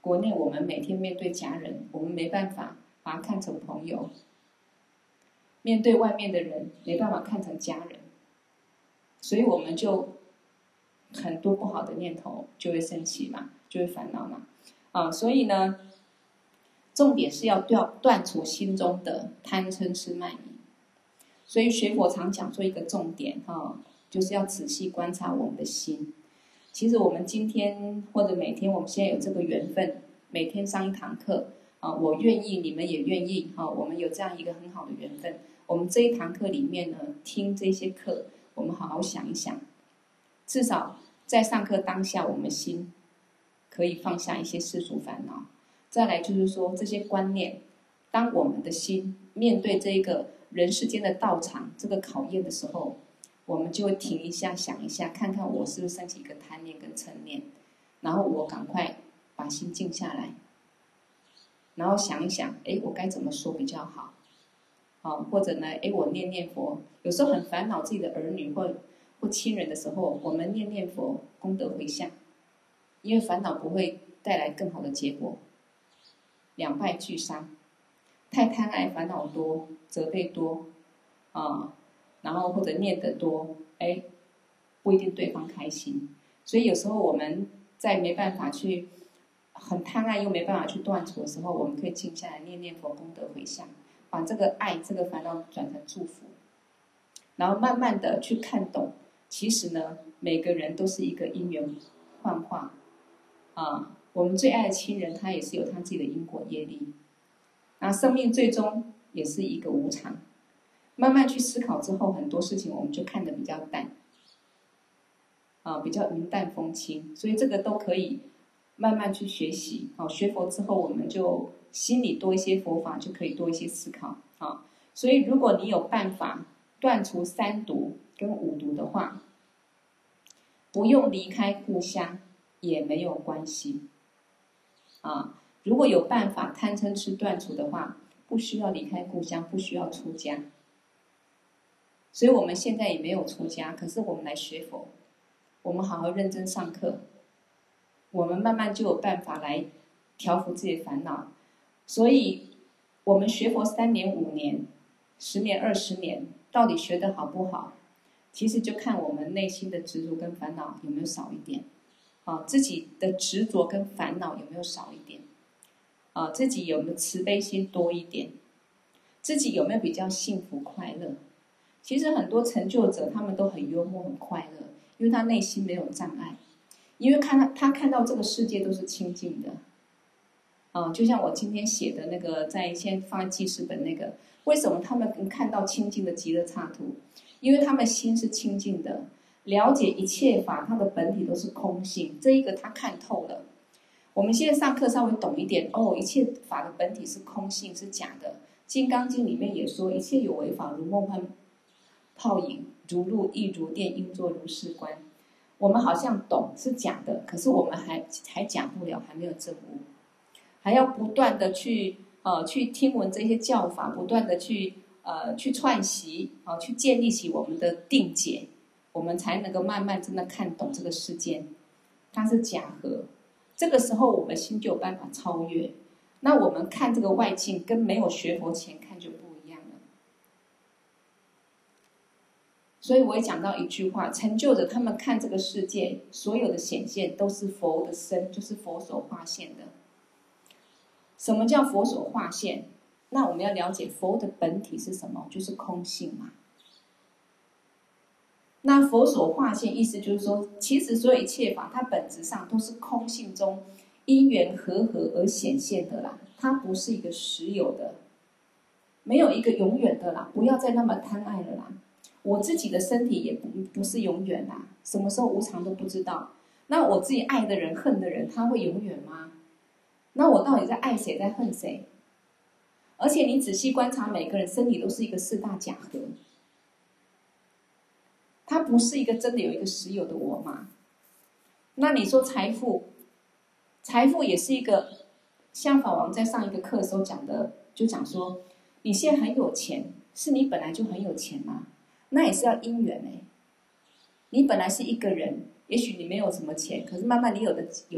国内我们每天面对家人，我们没办法把他看成朋友；面对外面的人，没办法看成家人，所以我们就很多不好的念头就会升起嘛，就会烦恼嘛。所以呢，重点是要断除心中的贪嗔痴慢疑。所以学佛常讲做一个重点就是要仔细观察我们的心。其实我们今天或者每天，我们现在有这个缘分，每天上一堂课我愿意，你们也愿意我们有这样一个很好的缘分。我们这一堂课里面呢，听这些课，我们好好想一想，至少在上课当下，我们心可以放下一些世俗烦恼。再来就是说，这些观念，当我们的心面对这个人世间的道场这个考验的时候，我们就会停一下，想一下，看看我是不是升起一个贪念跟嗔念，然后我赶快把心静下来，然后想一想，我该怎么说比较好？或者呢，我念念佛。有时候很烦恼自己的儿女或亲人的时候，我们念念佛，功德回向，因为烦恼不会带来更好的结果，两败俱伤。太贪爱，烦恼多，责备多然后或者念得多，不一定对方开心。所以有时候我们在没办法去很贪爱又没办法去断除的时候，我们可以静下来念念佛，功德回向，把这个爱这个烦恼转成祝福，然后慢慢的去看懂，其实呢，每个人都是一个因缘幻化我们最爱的亲人，他也是有他自己的因果业力，那生命最终也是一个无常。慢慢去思考之后，很多事情我们就看得比较淡比较云淡风轻。所以这个都可以慢慢去学习学佛之后，我们就心里多一些佛法，就可以多一些思考所以如果你有办法断除三毒跟五毒的话，不用离开故乡也没有关系如果有办法贪嗔痴断除的话，不需要离开故乡，不需要出家。所以我们现在也没有出家，可是我们来学佛，我们好好认真上课，我们慢慢就有办法来调伏自己的烦恼。所以我们学佛3年5年10年20年，到底学得好不好，其实就看我们内心的执着跟烦恼有没有少一点自己的执着跟烦恼有没有少一点自己有没有慈悲心多一点，自己有没有比较幸福快乐。其实很多成就者他们都很幽默很快乐，因为他内心没有障碍，因为他看到这个世界都是清净的就像我今天写的那个先放在记事本那个，为什么他们能看到清净的极乐刹土？因为他们心是清净的，了解一切法它的本体都是空性，这一个他看透了。我们现在上课稍微懂一点一切法的本体是空性，是假的。金刚经里面也说，一切有为法如梦幻泡影，如露亦如电，应作如是观。我们好像懂是假的，可是我们还讲不了，还没有证悟，还要不断的去听闻这些教法，不断的去串习去建立起我们的定解，我们才能够慢慢真的看懂这个世间它是假合。这个时候我们心就有办法超越。那我们看这个外境跟没有学佛前看就不一样了。所以我也讲到一句话，成就者他们看这个世界所有的显现都是佛的身，就是佛所化现的。什么叫佛所化现？那我们要了解佛的本体是什么，就是空性嘛。那佛所化现意思就是说，其实所有一切法它本质上都是空性中因缘和合而显现的啦，它不是一个实有的，没有一个永远的啦，不要再那么贪爱了啦。我自己的身体也不是永远啦，什么时候无常都不知道。那我自己爱的人恨的人，他会永远吗？那我到底在爱谁在恨谁？而且你仔细观察，每个人身体都是一个四大假合，它不是一个真的有一个实有的我吗？那你说财富也是一个，像法王在上一个课的时候讲的，就讲说，你现在很有钱，是你本来就很有钱吗？那也是要因缘你本来是一个人，也许你没有什么钱，可是慢慢你有了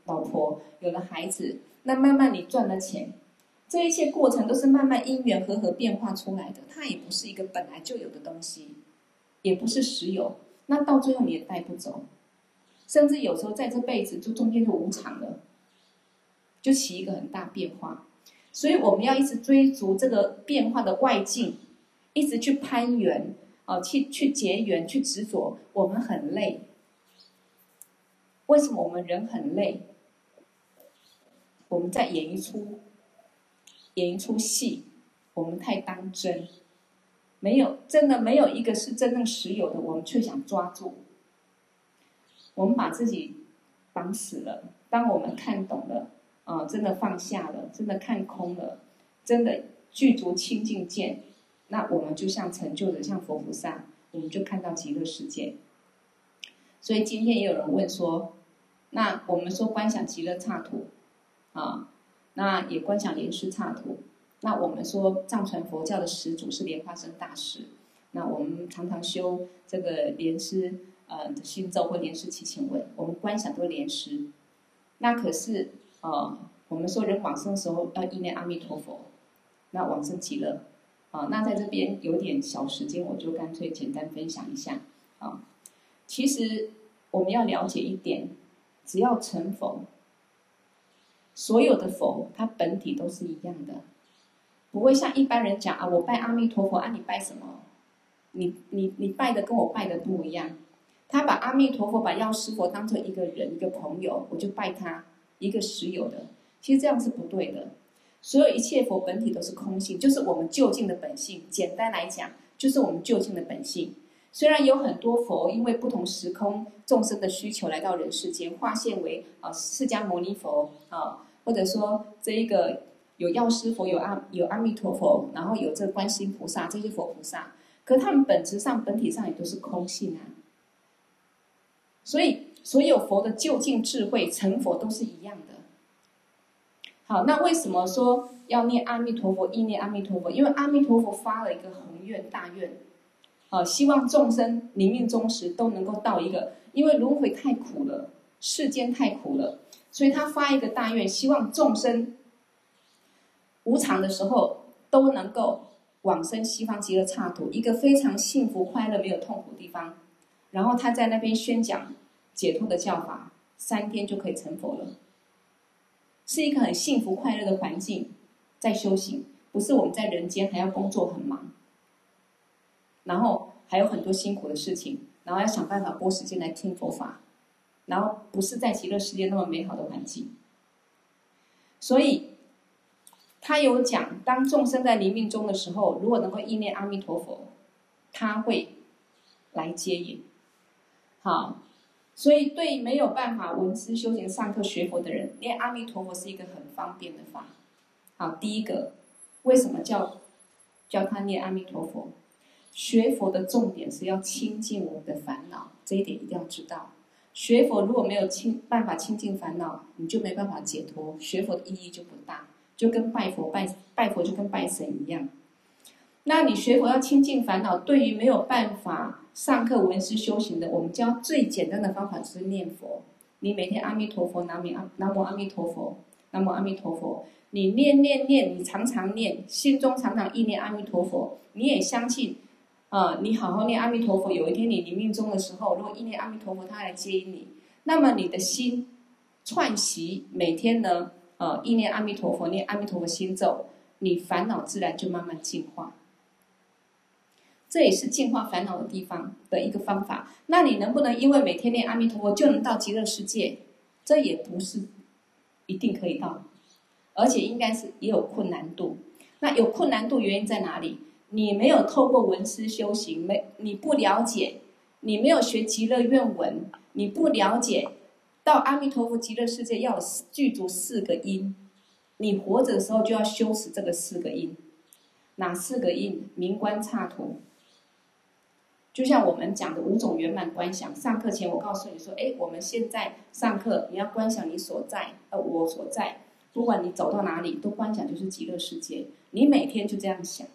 老婆，有了孩子，那慢慢你赚了钱，这一切过程都是慢慢因缘和合变化出来的，它也不是一个本来就有的东西，也不是实有，那到最后你也带不走，甚至有时候在这辈子就中间就无常了，就起一个很大变化。所以我们要一直追逐这个变化的外境，一直去攀缘，去结缘，去执着，我们很累。为什么我们人很累？我们在演一出戏，我们太当真，真的没有一个是真正实有的，我们却想抓住，我们把自己绑死了。当我们看懂了，真的放下了，真的看空了，真的具足清净见，那我们就像成就的，像佛菩萨，我们就看到极乐世界。所以今天也有人问说，那我们说观想极乐刹土，那也观想莲师刹土。那我们说藏传佛教的始祖是莲花生大师，那我们常常修这个莲师的心咒或莲师祈请文，我们观想都是莲师。那可是我们说人往生的时候要意念阿弥陀佛，那往生极乐。那在这边有点小时间，我就干脆简单分享一下。其实我们要了解一点，只要成佛，所有的佛它本体都是一样的，不会像一般人讲我拜阿弥陀佛，你拜什么？你拜的跟我拜的不一样。他把阿弥陀佛、把药师佛当成一个人、一个朋友，我就拜他，一个实有的。其实这样是不对的。所有一切佛本体都是空性，就是我们究竟的本性。简单来讲，就是我们究竟的本性。虽然有很多佛因为不同时空众生的需求来到人世间，化现为释迦牟尼佛或者说这一个有药师佛、有阿弥陀佛，然后有这观世音菩萨，这些佛菩萨，可他们本质上、本体上也都是空性啊。所以所有佛的究竟智慧成佛都是一样的。好，那为什么说要念阿弥陀佛、意念阿弥陀佛？因为阿弥陀佛发了一个宏愿大愿，希望众生临命终时都能够到一个，因为轮回太苦了，世间太苦了，所以他发一个大愿，希望众生无常的时候都能够往生西方极乐刹土，一个非常幸福快乐没有痛苦的地方。然后他在那边宣讲解脱的教法，3天就可以成佛了，是一个很幸福快乐的环境，在修行，不是我们在人间还要工作很忙，然后还有很多辛苦的事情，然后要想办法拨时间来听佛法，然后不是在极乐世界那么美好的环境。所以他有讲，当众生在临命终的时候，如果能够意念阿弥陀佛，他会来接引。好，所以对没有办法闻思修行、上课学佛的人，念阿弥陀佛是一个很方便的法。好，第一个，为什么叫他念阿弥陀佛？学佛的重点是要清净我们的烦恼，这一点一定要知道。学佛如果没有办法清净烦恼，你就没办法解脱，学佛的意义就不大，就跟拜佛就跟拜神一样。那你学佛要清净烦恼，对于没有办法上课闻思修行的，我们教最简单的方法就是念佛。你每天阿弥陀佛，南无阿弥陀佛，南无阿弥陀佛，你念，你常常念，心中常常意念阿弥陀佛，你也相信你好好念阿弥陀佛，有一天你临命终的时候，如果意念阿弥陀佛，他来接引你，那么你的心串习每天呢意念阿弥陀佛，念阿弥陀佛心咒，你烦恼自然就慢慢净化。这也是净化烦恼的地方的一个方法。那你能不能因为每天念阿弥陀佛就能到极乐世界？这也不是一定可以到，而且应该是也有困难度。那有困难度原因在哪里？你没有透过闻思修行，你不了解，你没有学极乐愿文，你不了解到阿弥陀佛极乐世界要具足4个因，你活着的时候就要修持这个4个因。哪4个因？明观刹土。就像我们讲的5种圆满观想，上课前我告诉你说，我们现在上课你要观想你所在，我所在，不管你走到哪里，都观想就是极乐世界。你每天就这样想，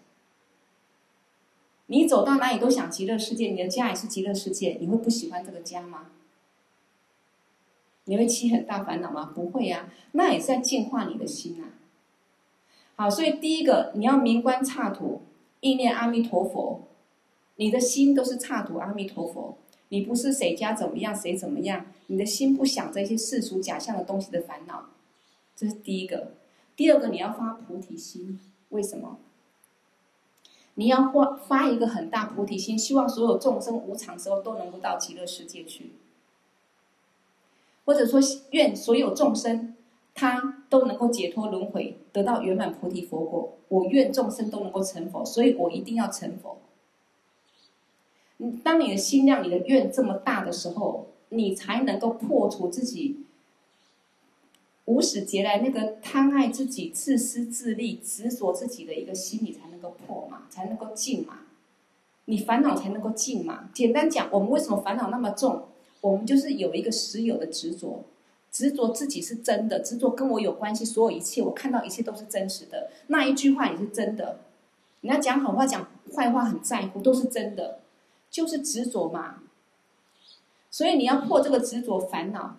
你走到哪里都想极乐世界，你的家也是极乐世界，你会不喜欢这个家吗？ 你会起很大烦恼吗？不会啊，那也是在净化你的心啊。好，所以第一个你要明观刹土，意念阿弥陀佛，你的心都是刹土阿弥陀佛，你不是谁家怎么样谁怎么样，你的心不想这些世俗假象的东西的烦恼，这是第一个。第二个，你要发菩提心，为什么？你要发一个很大菩提心，希望所有众生无常时候都能够到极乐世界去，或者说愿所有众生他都能够解脱轮回，得到圆满菩提佛果。我愿众生都能够成佛，所以我一定要成佛。当你的心量、你的愿这么大的时候，你才能够破除自己无始劫来那个贪爱自己、自私自利、执着自己的一个心理，才能够破嘛，才能够净嘛，你烦恼才能够净嘛。简单讲，我们为什么烦恼那么重？我们就是有一个实有的执着，执着自己是真的，执着跟我有关系，所有一切我看到一切都是真实的，那一句话也是真的，你要讲好话讲坏话很在乎，都是真的，就是执着嘛。所以你要破这个执着烦恼，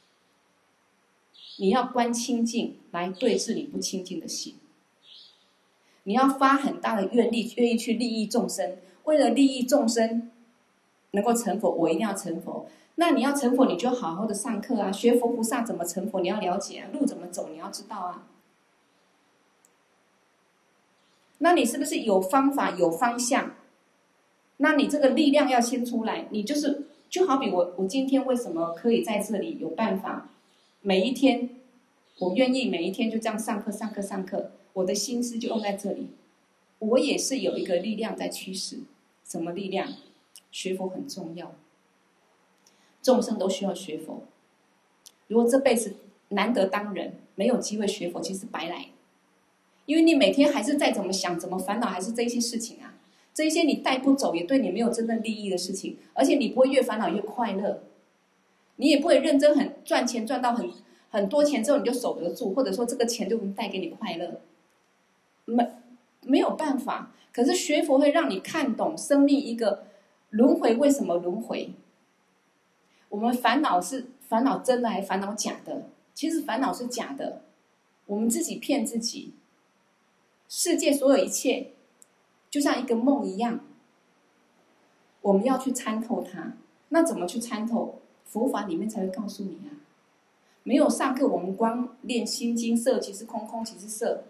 你要观清净来对治你不清净的心，你要发很大的愿力，愿意去利益众生，为了利益众生能够成佛，我一定要成佛。那你要成佛，你就好好的上课啊，学佛菩萨怎么成佛，你要了解啊，路怎么走，你要知道啊。那你是不是有方法、有方向？那你这个力量要先出来，你就好比我今天为什么可以在这里有办法？每一天，我愿意每一天就这样上课，我的心思就用在这里。我也是有一个力量在驱使，什么力量？学佛很重要，众生都需要学佛。如果这辈子难得当人，没有机会学佛，其实白来。因为你每天还是再怎么想、怎么烦恼，还是这些事情啊。这些你带不走，也对你没有真正利益的事情，而且你不会越烦恼越快乐，你也不会认真很赚钱赚到很多钱之后你就守得住，或者说这个钱就能带给你快乐，没有办法。可是学佛会让你看懂生命一个轮回为什么轮回。我们烦恼是烦恼真的还是烦恼假的？其实烦恼是假的，我们自己骗自己。世界所有一切就像一个梦一样，我们要去参透它。那怎么去参透？佛法里面才会告诉你啊。没有上课，我们光练心经，色即是空，空即是色。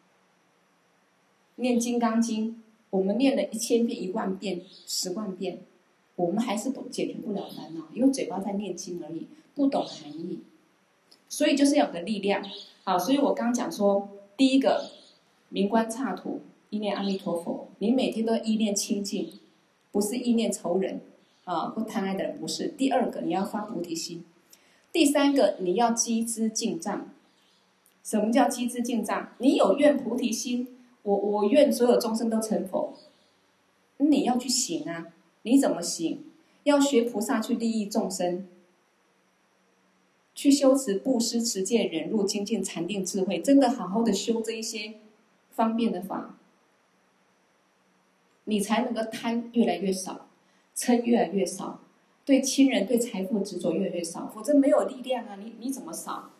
念金刚经，我们念了1000遍、10000遍、10万遍，我们还是解决不了烦恼，因为嘴巴在念经而已，不懂含义。所以就是要有个力量。好，所以我刚讲说，第一个明观刹土，意念阿弥陀佛，你每天都意念清净，不是意念仇人或贪爱的人，不是。第二个，你要发菩提心。第三个，你要积资净障。什么叫积资净障？你有愿菩提心，我愿所有众生都成佛，你要去行啊。你怎么行？要学菩萨去利益众生，去修持布施、持戒、忍辱、精进、禅定、智慧，真的好好的修这一些方便的法，你才能够贪越来越少，嗔越来越少，对亲人、对财富执着越来越少，否则没有力量啊！你怎么少？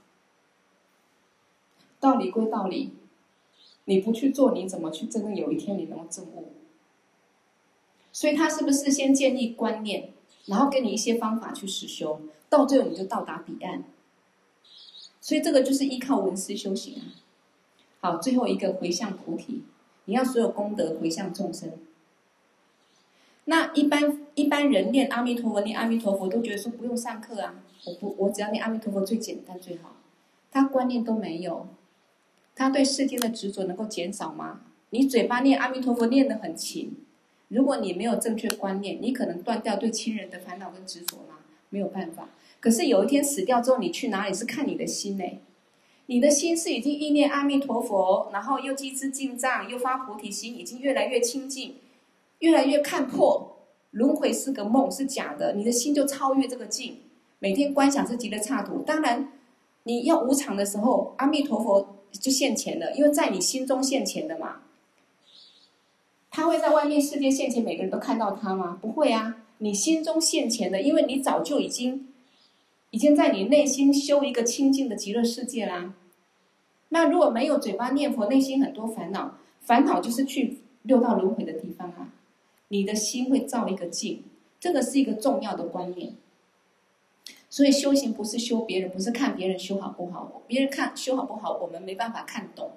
道理归道理，你不去做，你怎么去真正有一天你能够证悟？所以他是不是先建立观念，然后给你一些方法去实修，到最后你就到达彼岸？所以这个就是依靠闻思修行啊。好，最后一个回向菩提，你要所有功德回向众生。那一般人念阿弥陀佛、念阿弥陀佛都觉得说不用上课啊，我只要念阿弥陀佛最简单最好。他观念都没有，他对世间的执着能够减少吗？你嘴巴念阿弥陀佛念得很勤，如果你没有正确观念，你可能断掉对亲人的烦恼跟执着吗？没有办法。可是有一天死掉之后，你去哪里是看你的心呢？你的心是已经意念阿弥陀佛，然后又积资净障，又发菩提心，已经越来越清净，越来越看破轮回是个梦，是假的，你的心就超越这个境，每天观想自己的刹土。当然你要无常的时候，阿弥陀佛就现前了，因为在你心中现前的嘛。他会在外面世界现前，每个人都看到他吗？不会啊，你心中现前的，因为你早就已经已经在你内心修一个清净的极乐世界啦。那如果没有嘴巴念佛，内心很多烦恼，烦恼就是去六道轮回的地方啊。你的心会造一个境，这个是一个重要的观念。所以修行不是修别人，不是看别人修好不好，别人看修好不好，我们没办法看懂。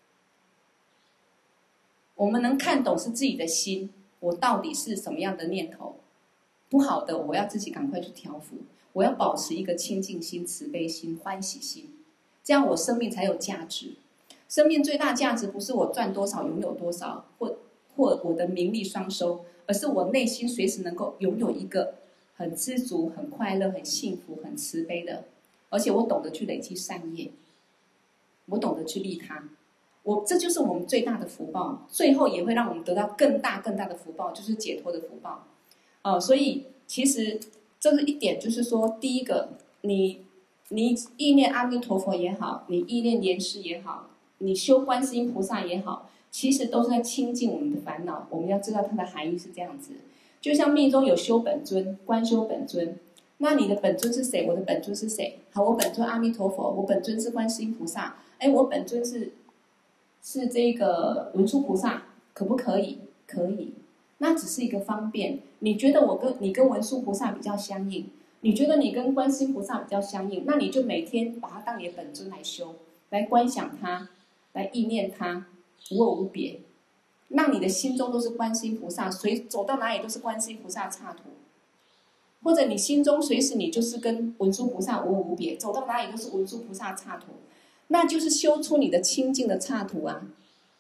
我们能看懂是自己的心，我到底是什么样的念头，不好的我要自己赶快去调伏，我要保持一个清净心、慈悲心、欢喜心，这样我生命才有价值。生命最大价值不是我赚多少、拥有多少，或我的名利双收，而是我内心随时能够拥有一个很知足、很快乐、很幸福、很慈悲的，而且我懂得去累积善业，我懂得去利他。这就是我们最大的福报，最后也会让我们得到更大更大的福报，就是解脱的福报。所以其实这个一点就是说，第一个，你意念阿弥陀佛也好，你意念莲师也好，你修观世音菩萨也好，其实都是在清净我们的烦恼。我们要知道它的含义是这样子，就像密宗有修本尊、观修本尊，那你的本尊是谁？我的本尊是谁？好，我本尊阿弥陀佛，我本尊是观世音菩萨，我本尊是这个文殊菩萨，可不可以？可以，那只是一个方便。你觉得你跟文殊菩萨比较相应，你觉得你跟观世音菩萨比较相应，那你就每天把它当你的本尊来修，来观想它，来意念它，无我无别，让你的心中都是观世音菩萨，走到哪里都是观世音菩萨刹土。或者你心中随时你就是跟文殊菩萨无我无别，走到哪里都是文殊菩萨刹土，那就是修出你的清净的刹土啊。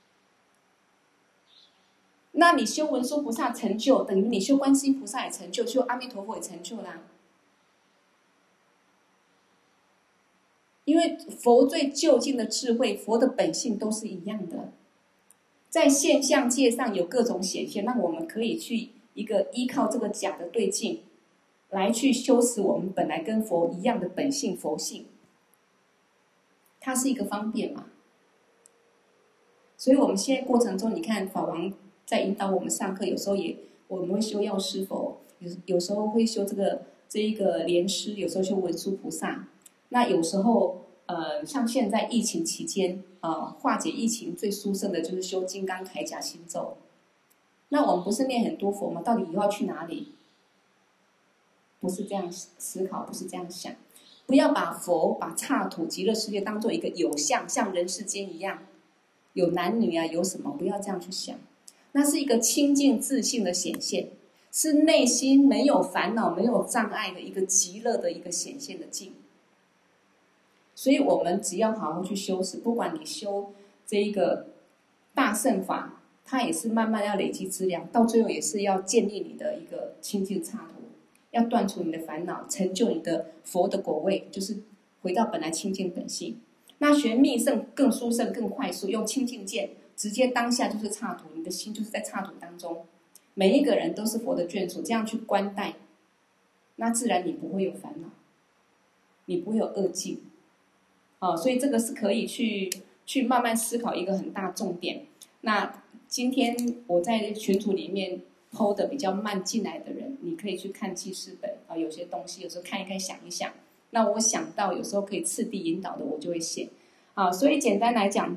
那你修文殊菩萨成就，等于你修观世音菩萨也成就，修阿弥陀佛也成就啦。因为佛最究竟的智慧，佛的本性都是一样的，在现象界上有各种显现，那我们可以去一个依靠这个假的对境，来去修持我们本来跟佛一样的本性佛性，它是一个方便嘛。所以我们现在过程中，你看法王在引导我们上课，有时候我们会修药师佛，有时候会修这一个莲师，有时候修文殊菩萨。那有时候像现在疫情期间化解疫情最殊胜的就是修金刚铠甲心咒。那我们不是念很多佛吗？到底以后要去哪里？不是这样思考，不是这样想。不要把佛、把刹土、极乐世界当做一个有相，像人世间一样有男女啊，有什么？不要这样去想。那是一个清净自信的显现，是内心没有烦恼、没有障碍的一个极乐的一个显现的境。所以我们只要好好去修持，不管你修这一个大乘法，它也是慢慢要累积资粮，到最后也是要建立你的一个清净刹土，要断除你的烦恼，成就你的佛的果位，就是回到本来清净本性。那学密乘更殊胜、更快速，用清净剑直接当下就是刹土，你的心就是在刹土当中，每一个人都是佛的眷属，这样去观待，那自然你不会有烦恼，你不会有恶境。所以这个是可以去慢慢思考一个很大重点。那今天我在群组里面 PO 的比较慢进来的人，你可以去看记事本有些东西有时候看一看想一想，那我想到有时候可以次第引导的我就会写所以简单来讲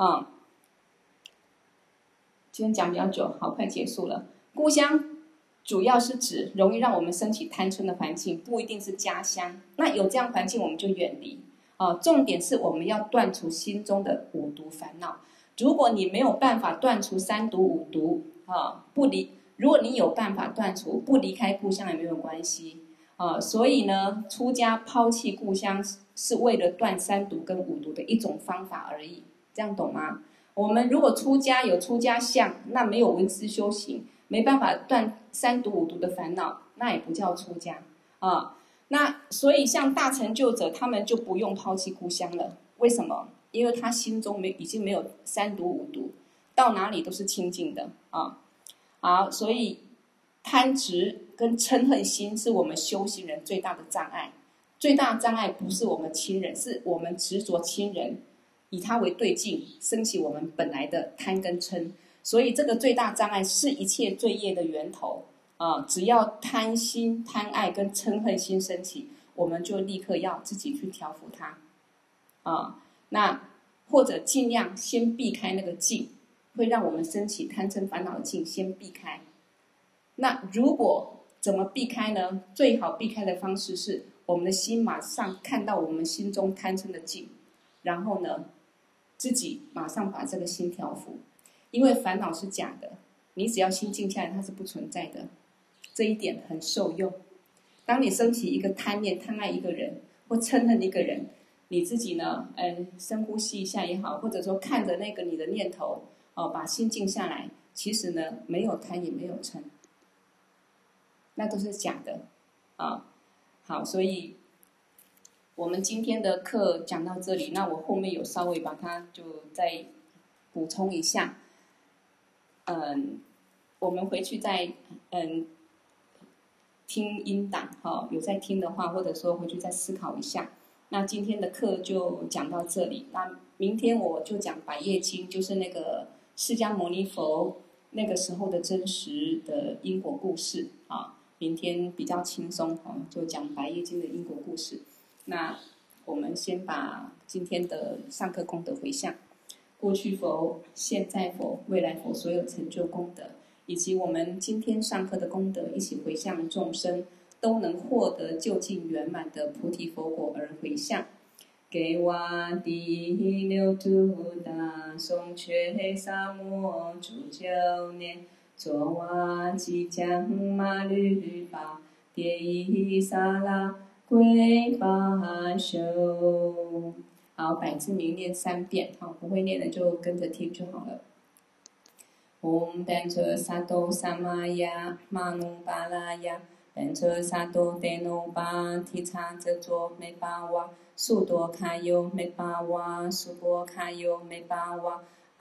今天讲比较久，好，快结束了。故乡主要是指容易让我们升起贪嗔的环境，不一定是家乡。那有这样环境我们就远离重点是我们要断除心中的五毒烦恼。如果你没有办法断除三毒五毒如果你有办法断除，不离开故乡也没有关系所以呢，出家抛弃故乡是为了断三毒跟五毒的一种方法而已，这样懂吗？我们如果出家有出家相，那没有闻思修行，没办法断三毒五毒的烦恼，那也不叫出家那所以像大成就者，他们就不用抛弃故乡了。为什么？因为他心中已经没有三毒五毒，到哪里都是清净的好，所以贪执跟嗔恨心是我们修行人最大的障碍。最大的障碍不是我们亲人，是我们执着亲人，以他为对境，升起我们本来的贪跟嗔。所以这个最大障碍是一切罪业的源头只要贪心、贪爱跟嗔恨心升起， 我们就立刻要自己去调伏它啊。那或者尽量先避开那个境，会让我们升起贪嗔烦恼的境，先避开。那如果怎么避开呢？最好避开的方式是我们的心马上看到我们心中贪嗔的境，然后呢，自己马上把这个心调伏。因为烦恼是假的，你只要心静下来，它是不存在的。这一点很受用。当你升起一个贪念，贪爱一个人或嗔恨一个人，你自己呢，深呼吸一下也好，或者说看着那个你的念头，把心静下来，其实呢，没有贪也没有嗔，那都是假的啊。好，所以我们今天的课讲到这里，那我后面有稍微把它就再补充一下。我们回去再听音档哈，有在听的话，或者说回去再思考一下。那今天的课就讲到这里，那明天我就讲《百业经》，就是那个释迦牟尼佛那个时候的真实的因果故事啊。明天比较轻松就讲《百业经》的因果故事。那我们先把今天的上课功德回向，过去佛、现在佛、未来佛所有成就功德，以及我们今天上课的功德，一起回向众生，都能获得究竟圆满的菩提佛果而回向。给瓦地六度大松却萨摩住九年，卓瓦吉将马律巴迭伊萨拉归巴修。好，百字明念3遍，不会念的就跟着听就好了。Om Pancha Sato Samaya Manu Balaya Pancha Sato Teno Ba Titha Zato Me Bawa Sudo Kayo Me Bawa Subo Kayo Me Bawa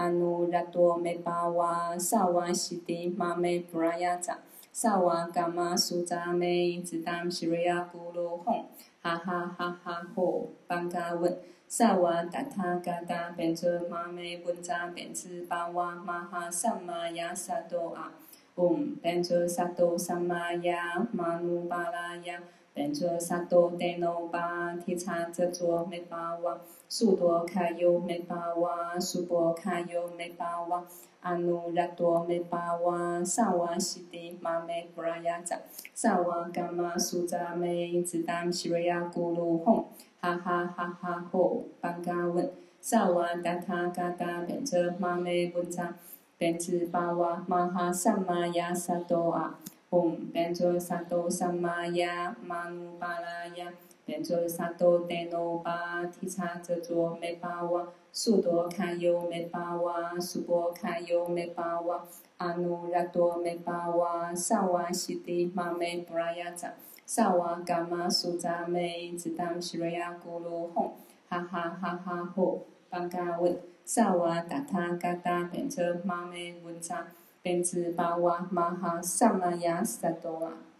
Anurato Me Bawa Sawa Shiti Mame Prayata Sawa Gama Suta Me Zidam Shriya Guru Hong Ha Ha Ha Ha Ho Banggawan萨瓦达他嘎达变成玛美本扎变成巴瓦玛哈萨玛亚萨多啊，Om 变成萨多萨玛亚玛努巴拉亚变成萨多德诺巴提查这座美巴瓦苏多卡尤美巴瓦苏波卡尤美巴瓦阿努拉多美巴瓦萨瓦西蒂玛美布拉亚扎萨瓦伽玛苏扎美子丹西瑞亚咕噜哄。哈哈哈哈吼，班嘎问，萨瓦达他嘎达变成玛美本扎，变成巴瓦玛哈萨玛亚萨多啊，Om 变成萨多萨玛亚玛努巴拉亚，变成萨多德诺巴提查这座美巴瓦，苏多卡尤美巴瓦，苏波卡尤美巴瓦，阿努拉多美巴瓦，萨瓦西蒂玛美布拉亚扎。萨瓦伽玛苏扎美子当西瑞亚咕噜哄，哈哈哈哈吼，班嘎问，萨瓦达他嘎达变成玛美文扎，变成巴瓦玛哈萨玛亚萨多啊。